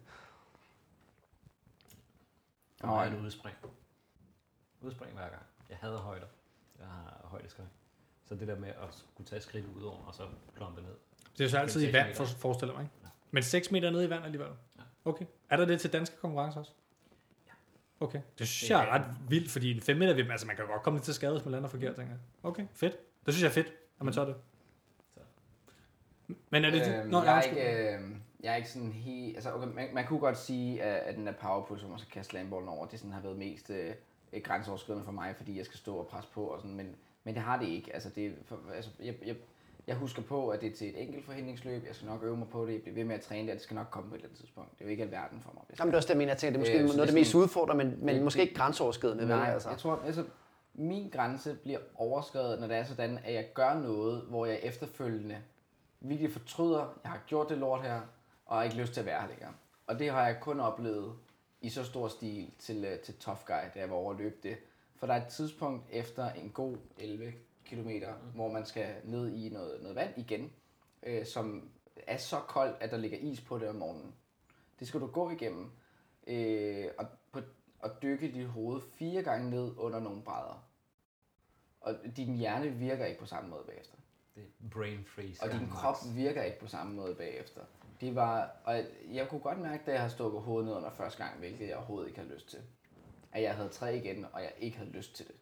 Og en udspring. Udspring hver gang. Jeg hader højder. Jeg har højdeskræk. Så det der med at skulle tage skridt ud over, og så plumpe ned. Det er så altid i vand, forestiller mig, ikke? Ja. Men 6 meter nede i vand alligevel? Ja. Okay. Er der det til danske konkurrencer også? Ja. Okay. Det synes jeg er ret vildt, fordi en 5 meter, altså man kan godt komme lidt til skade, hvis man lander forkert, tænker jeg. Okay, fedt. Det synes jeg er fedt, at man tør det. Men er det jeg er ikke sådan helt... Altså, okay, man kunne godt sige, at den der powerpush, hvor man skal kaste slamballen over, det sådan har været mest grænseoverskridende for mig, fordi jeg skal stå og presse på og sådan, men det har det ikke. Altså, jeg husker på, at det er til et enkelt forhindringsløb. Jeg skal nok øve mig på det. Jeg bliver ved med at træne det, og det skal nok komme på et eller andet tidspunkt. Det er jo ikke alverden for mig. Jamen, det er også det, jeg tænker. Det er måske noget af det mest udfordrende, men måske ikke grænseoverskridende. Nej, jeg tror, min grænse bliver overskredet, når det er sådan, at jeg gør noget, hvor jeg efterfølgende virkelig fortryder, jeg har gjort det lort her, og har ikke lyst til at være her længere. Og det har jeg kun oplevet i så stor stil til Tough Guy, da jeg var over at løbe det. For der er et tidspunkt efter en god 11 kilometer, hvor man skal ned i noget vand igen, som er så koldt, at der ligger is på det om morgenen. Det skal du gå igennem, og dykke dit hoved 4 gange ned under nogle brædder. Og din hjerne virker ikke på samme måde bagefter. Det er brain freeze. Og din krop virker ikke på samme måde bagefter. Og jeg kunne godt mærke, da jeg havde stukket hovedet ned under første gang, hvilket jeg overhovedet ikke havde lyst til. At jeg havde træ igen, og jeg ikke havde lyst til det.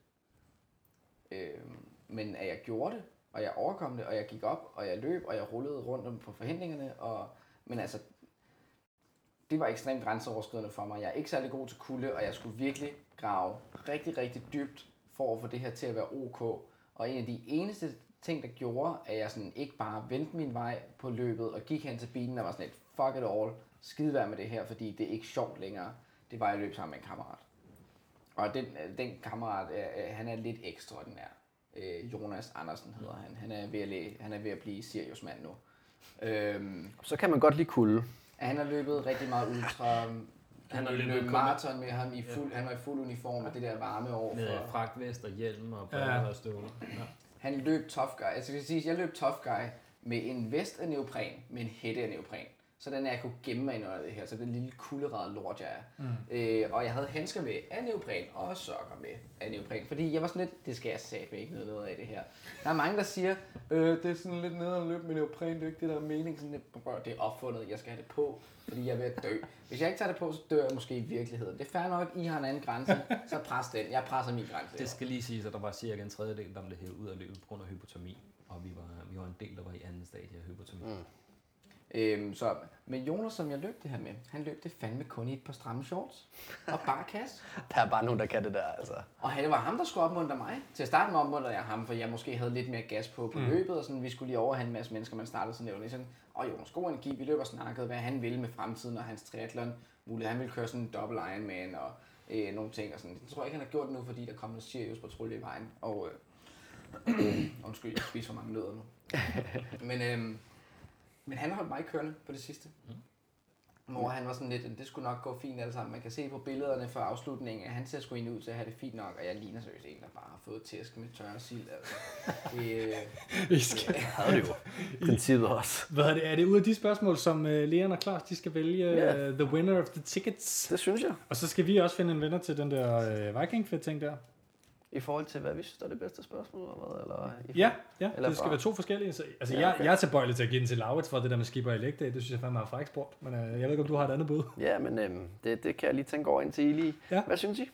Men at jeg gjorde det, og jeg overkom det, og jeg gik op, og jeg løb, og jeg rullede rundt om på forhindringerne. Men altså, det var ekstremt grænseoverskridende for mig. Jeg er ikke særlig god til kulde, og jeg skulle virkelig grave rigtig, rigtig dybt for at få det her til at være ok. Og en af de eneste ting, der gjorde, at jeg sådan ikke bare vendte min vej på løbet og gik hen til bilen og var sådan et fuck it all, skidevær med det her, fordi det er ikke sjovt længere. Det var, at jeg løb sammen med en kammerat. Og den kammerat, han er lidt ekstraordinær. Jonas Andersen hedder han. Han er ved at blive Sirius mand nu. Så kan man godt lide kulde. Han har løbet rigtig meget ultra. Han har løbet maraton med ham i fuld, han var i fuld uniform med det der varme år. Med fragtvest og hjelm og briller og ståler. Ja. Han løb tough guy. Altså jeg skal sige, jeg løb tough guy med en vest af neopren, med en hætte af neopren. Sådan at jeg kunne gemme mig ind under det her, så det er en lille kulderede lort, jeg er. Og jeg havde handsker med af neopren og sokker med af neopren, fordi jeg var sådan lidt, det skal jeg satme ikke noget af det her. Der er mange, der siger, det er sådan lidt nede at løbe med neopren, det er ikke det der er mening, sådan lidt, det er opfundet, jeg skal have det på, fordi jeg er ved at dø. Hvis jeg ikke tager det på, så dør jeg måske i virkeligheden. Det er fair nok, I har en anden grænse, så pres den. Jeg presser min grænse. Det skal lige siges, at der var cirka en tredjedel, der blev hævet ud af løbet på grund af hypotermi, og vi var en del, der var i anden stadie af hypotermi. Så med Jonas, som jeg løb det her med, han løb det fandme kun i et par stramme shorts og bare kasse. Der er bare nogen, der kan det der, altså. Og det var ham, der skulle opmuntre mig. Til at starte med opmuntrede jeg ham, for jeg måske havde lidt mere gas på løbet, og sådan, vi skulle lige overhænde en masse mennesker, man startede sådan lidt sådan, Jonas, god energi, vi løber og snakkede, hvad han ville med fremtiden og hans triathlon muligt. Han ville køre sådan en double Ironman og nogle ting og sådan. Jeg tror ikke, han har gjort det nu, fordi der kom noget Sirius patrulje i vejen. Og undskyld, jeg spiser for mange nødder nu. Men han holdt mig kørende på det sidste. Hvor han var sådan lidt, det skulle nok gå fint alle sammen. Man kan se på billederne fra afslutningen, at han ser sgu egentlig ud til at have det fint nok, og jeg ligner seriøst en, der bare har fået tæsk med tørre sild. Altså. Det havde det jo. Princippet også. Hvad er det ud af de spørgsmål, som Leon og Claus, de skal vælge the winner of the tickets? Det synes jeg. Og så skal vi også finde en vinder til den der Viking-fedt-ting der. I forhold til, hvad vi synes er det bedste spørgsmål? Eller Eller det skal være 2 forskellige. Så, altså, jeg er tilbøjelig til at give den til Lauritz for det der med skipper i lægdag. Det synes jeg fandme er fræk sport. Men jeg ved ikke, om du har et andet bud. Ja, men det kan jeg lige tænke over indtil I lige. Ja. Hvad synes I?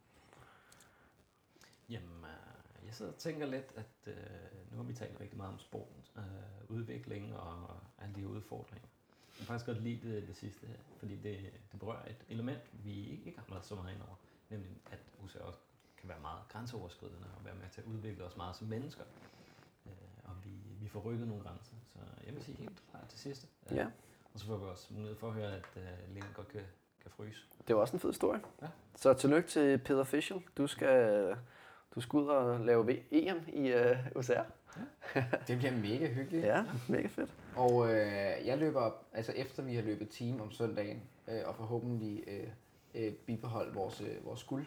Jamen, jeg sidder og tænker lidt, at nu har vi talt rigtig meget om sportens udvikling og alle de udfordringer. Jeg kan faktisk godt lide det sidste her, fordi det berører et element, vi ikke har været så meget ind over. Nemlig, at UCI også kan være meget grænseoverskridende og være med til at udvikle os meget som mennesker. Og vi får rykket nogle grænser. Så jeg vil sige helt klart til sidste. Ja. Og så får vi også mulighed for at høre, at Lene godt kan fryse. Det var også en fed historie. Ja. Så tillykke til Peter Fischl. Du skal ud og lave EM i UCR. Ja. Det bliver mega hyggeligt. Ja, mega fedt. Og jeg løber, altså efter vi har løbet team om søndagen, og forhåbentlig bibeholdt vores guld,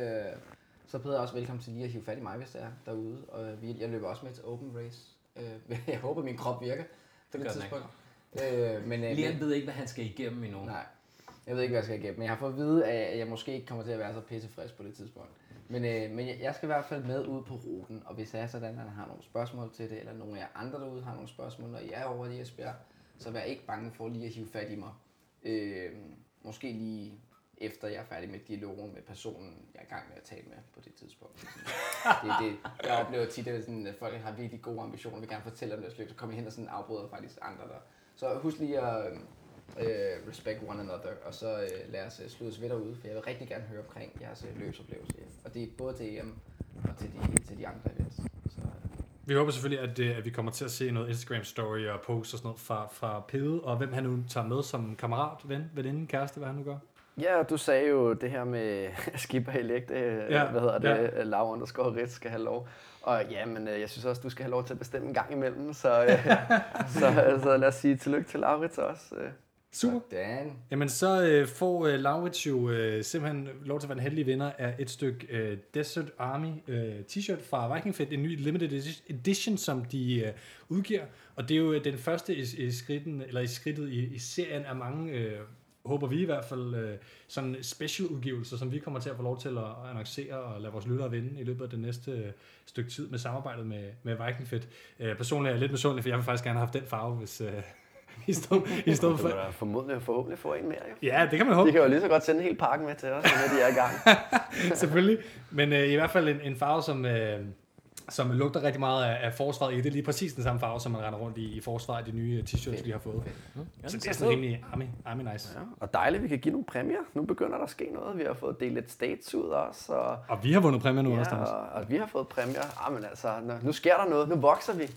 så byder jeg også velkommen til lige at hive fat i mig, hvis det er derude. Og jeg løber også med til Open Race. Jeg håber, min krop virker på det tidspunkt. Lian ved ikke, hvad han skal igennem endnu. Nej, jeg ved ikke, hvad jeg skal igennem. Men jeg har fået at vide, at jeg måske ikke kommer til at være så pissefrisk på det tidspunkt. Men jeg skal i hvert fald med ud på ruten. Og hvis det er sådan, at han har nogle spørgsmål til det, eller nogle af jer andre derude har nogle spørgsmål, når I er over i Esbjerg, så vær ikke bange for lige at hive fat i mig. Måske lige efter jeg er færdig med dialogen med personen, jeg er i gang med at tale med på det tidspunkt. Jeg oplever tit, at folk har virkelig gode ambitioner, vil gerne fortælle om deres løb, så kommer jeg hen og sådan afbryder faktisk andre der. Så husk lige at respect one another, og så lad os sluttes ved derude, for jeg vil rigtig gerne høre omkring jeres løbsoplevelse. Og det er både til EM og til de andre events. Så, Vi håber selvfølgelig, at vi kommer til at se noget Instagram-story og post og sådan noget fra Pede, og hvem han nu tager med som kammerat, ven, veninde, kæreste, hvad han nu gør. Ja, du sagde jo det her med skipper i lægte, Lav _ Ritz skal have lov. Og ja, men jeg synes også, du skal have lov til at bestemme en gang imellem, så lad os sige tillykke til Lauritz også. Super. Sådan. Jamen så får Lauritz jo simpelthen lov til at være en heldig vinder af et stykke Desert Army t-shirt fra Viking Fit, en ny limited edition, som de udgiver. Og det er jo den første i skridtet i serien af mange, håber vi i hvert fald, sådan special udgivelser, som vi kommer til at få lov til at annoncere og lade vores lyttere vinde i løbet af det næste stykke tid med samarbejdet med Viking Fit. Personligt er jeg lidt misundelig, for jeg vil faktisk gerne have haft den farve, hvis i stedet for. Du vil forhåbentlig få en mere, jo. Ja, det kan man håbe. De kan jo lige så godt sende hele pakken med til os, når de er i gang. Selvfølgelig, men i hvert fald en farve, som lugter rigtig meget af forsvaret i. Det er lige præcis den samme farve, som man render rundt i forsvaret, de nye t-shirts, vi har fået. Så det er sådan rimelig army nice. Ja, og dejligt, vi kan give nogle præmier. Nu begynder der at ske noget. Vi har fået delt lidt states ud også. Og vi har vundet præmier nu også. Og vi har fået præmier. Men altså, nu sker der noget. Nu vokser vi.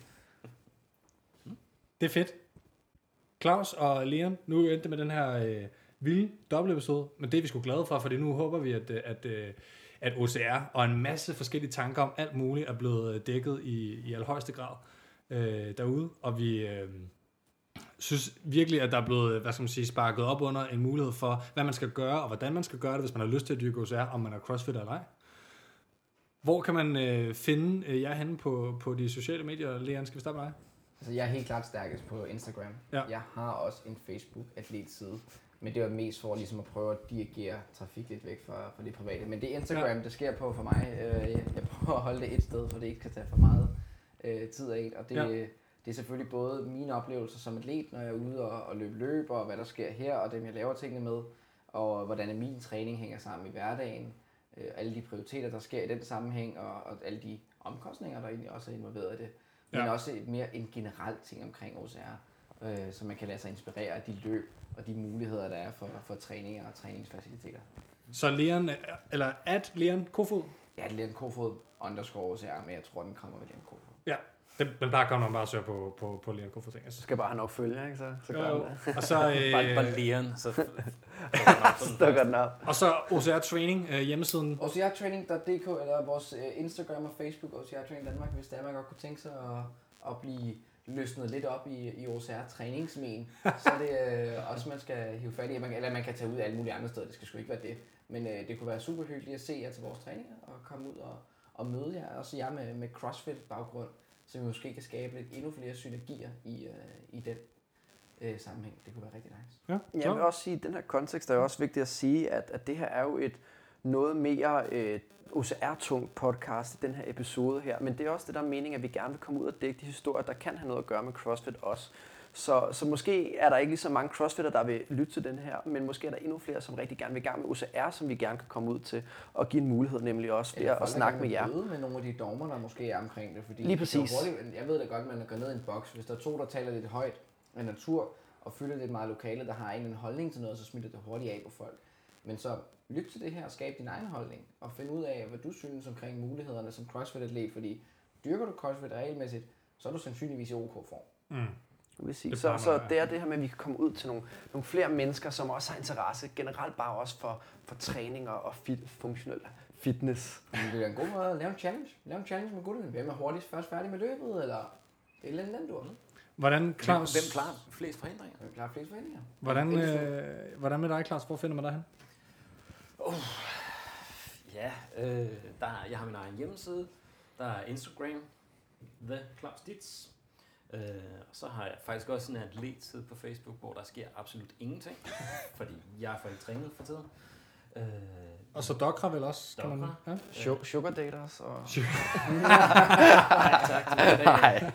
Det er fedt. Claus og Leon, nu endte det med den her vilde dobbeltepisode, men det er vi sgu glade for, fordi nu håber vi, at OCR og en masse forskellige tanker om alt muligt er blevet dækket i allerhøjeste grad derude, og vi synes virkelig, at der er blevet, sparket op under en mulighed for, hvad man skal gøre, og hvordan man skal gøre det, hvis man har lyst til at dyrke OCR, om man er crossfit eller ej. Hvor kan man finde jer henne på de sociale medier? Leon, skal vi starte med dig? Altså, jeg er helt klart stærkest på Instagram. Ja. Jeg har også en Facebook-atlet-side, men det var mest for ligesom at prøve at dirigere trafik lidt væk fra det private. Men det er Instagram, det sker på for mig. Jeg prøver at holde det et sted, for det ikke skal tage for meget tid af. Og det er selvfølgelig både mine oplevelser som atlet, når jeg er ude og løb, og hvad der sker her, og dem jeg laver tingene med, og hvordan min træning hænger sammen i hverdagen. Alle de prioriteter, der sker i den sammenhæng, og alle de omkostninger, der egentlig også er involveret i det. Men også mere en generel ting omkring OCR, så man kan lade sig inspirere af de løb og de muligheder, der er for træninger og træningsfaciliteter. Så Leon, eller Leon Kofod? Ja, Leon Kofod _OCR, men jeg tror, den kommer med Leon Kofod. Ja, den bare kommer bare søge på Leon Kofod. Så skal bare have nok følge, ikke? Så gør den det. Og så bare Leon, så gør den op. Og så OCR Training, hjemmesiden. OCRtraining.dk eller vores Instagram og Facebook, OCR Training Danmark, hvis det er, man godt kunne tænke sig at blive løsnet lidt op i OCR træningsmen, så er det også, man skal hive fat i, eller man kan tage ud alle mulige andre steder, det skal sgu ikke være det. Men det kunne være super hyggeligt at se jer til vores træninger og komme ud og møde jer, også jer med CrossFit-baggrund, så vi måske kan skabe lidt endnu flere synergier i den sammenhæng. Det kunne være rigtig nice. Ja, jeg vil også sige, at den her kontekst er jo også vigtigt at sige, at det her er jo et noget mere OCR-tungt podcast i den her episode her, men det er også det, der er meningen, at vi gerne vil komme ud og dække de historier, der kan have noget at gøre med CrossFit også. Så måske er der ikke lige så mange crossfitter, der vil lytte til den her, men måske er der endnu flere, som rigtig gerne vil i gang med OCR, som vi gerne kan komme ud til og give en mulighed, nemlig også ved at snakke med jer. Med nogle af de dogmer, der måske er omkring det, fordi lige præcis. Jeg ved da godt, at man går ned i en boks, hvis der er to, der taler lidt højt af natur og fylder lidt meget lokale, der har en holdning til noget, så smitter det hurtigt af på folk. Men så lyt til det her og skab din egen holdning og find ud af, hvad du synes omkring mulighederne som CrossFit-atlet, fordi dyrker du CrossFit regelmæssigt, så er du sandsynligvis i OK form. Så det er det her med, at vi kan komme ud til nogle flere mennesker, som også har interesse, generelt bare også for træning og funktionel fitness. Det er en god måde at lave en challenge. Lave en challenge med gutterne. Hvem er hurtigst først færdig med løbet, eller et eller andet du? Hvordan, Claus? Hvem klarer flest forhindringer? Hvem klarer flest forhindringer? Hvordan med dig, Claus? Hvor finder man dig hen? Jeg har min egen hjemmeside. Der er Instagram, The Claus Ditz. Og så har jeg faktisk også en atletside på Facebook, hvor der sker absolut ingenting, fordi jeg får ikke trænet for tiden. Og så Dokra vel også? Dokra. Ja? Sugar daters og... Nej, tak. Nej.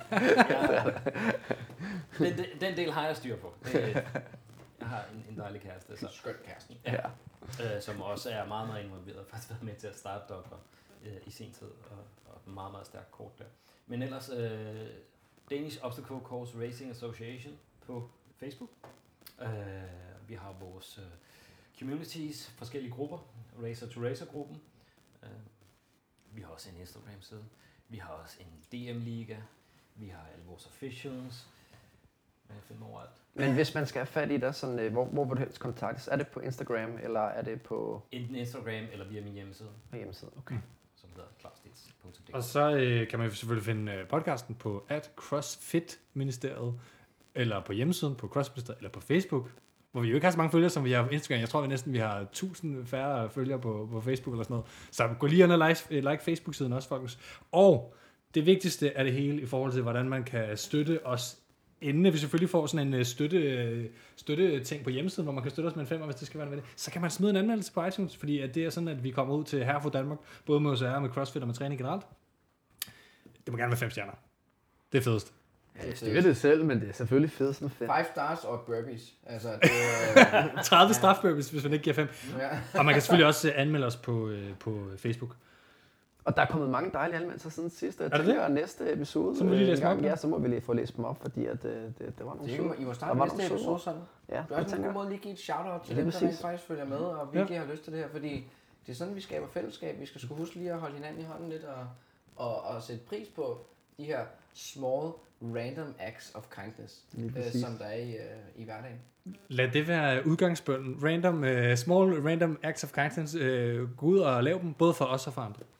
Den del har jeg styr på. Jeg har en dejlig kæreste. Så. Skøn kæreste. Ja. Som også er meget, meget involveret. Jeg har faktisk været med til at starte Dokra i sin tid, og meget, meget stærkt kort der. Men ellers... Danish Obstacle Course Racing Association på Facebook. Vi har vores communities, forskellige grupper, Racer to Racer gruppen. Vi har også en Instagram-side. Vi har også en DM-liga. Vi har alle vores officials. Jeg finder overalt. Men hvis man skal have fat i dig, sådan, hvor vil du helst kontaktes? Er det på Instagram, eller er det på... Enten Instagram, eller via min hjemmeside. På hjemmeside, okay. Som hedder clausditz.dk. Og så kan man selvfølgelig finde podcasten på @CrossFit-ministeriet, eller på hjemmesiden på CrossFit-ministeriet, eller på Facebook, hvor vi jo ikke har så mange følgere, som vi har på Instagram. Jeg tror, vi har 1000 færre følgere på Facebook eller sådan noget. Så gå lige ind og like Facebook-siden også, folkens. Og det vigtigste af det hele i forhold til, hvordan man kan støtte os, inden vi selvfølgelig får sådan en støtte-ting på hjemmesiden, hvor man kan støtte os med en 5, hvis det skal være med det, så kan man smide en anmeldelse på iTunes, fordi at det er sådan, at vi kommer ud til Herfor Danmark, både med OCR, med CrossFit og med træning generelt. Det må gerne være 5 stjerner. Det er fedest. Ja, jeg styrer det selv, men det er selvfølgelig fedest med 5. 5 stars og burpees. Altså, det 30 strafburpees, hvis man ikke giver 5. Ja. Og man kan selvfølgelig også anmelde os på Facebook. Og der er kommet mange dejlige anmeldelser siden sidst. Jeg tænker, næste episode, så må vi lige læse dem op. Ja, så må vi lige få læst dem op, fordi at, det var nogle søde. I må starte næste episode sådan. Ja, det er også en god måde lige at give et shout-out til dem, der faktisk følger med og virkelig har lyst til det her, fordi det er sådan, vi skaber fællesskab. Vi skal sgu huske lige at holde hinanden i hånden lidt og sætte pris på de her small random acts of kindness, som der er i hverdagen. Lad det være udgangsbønnen. Small random acts of kindness. Gå ud og lav dem, både for os og for andre.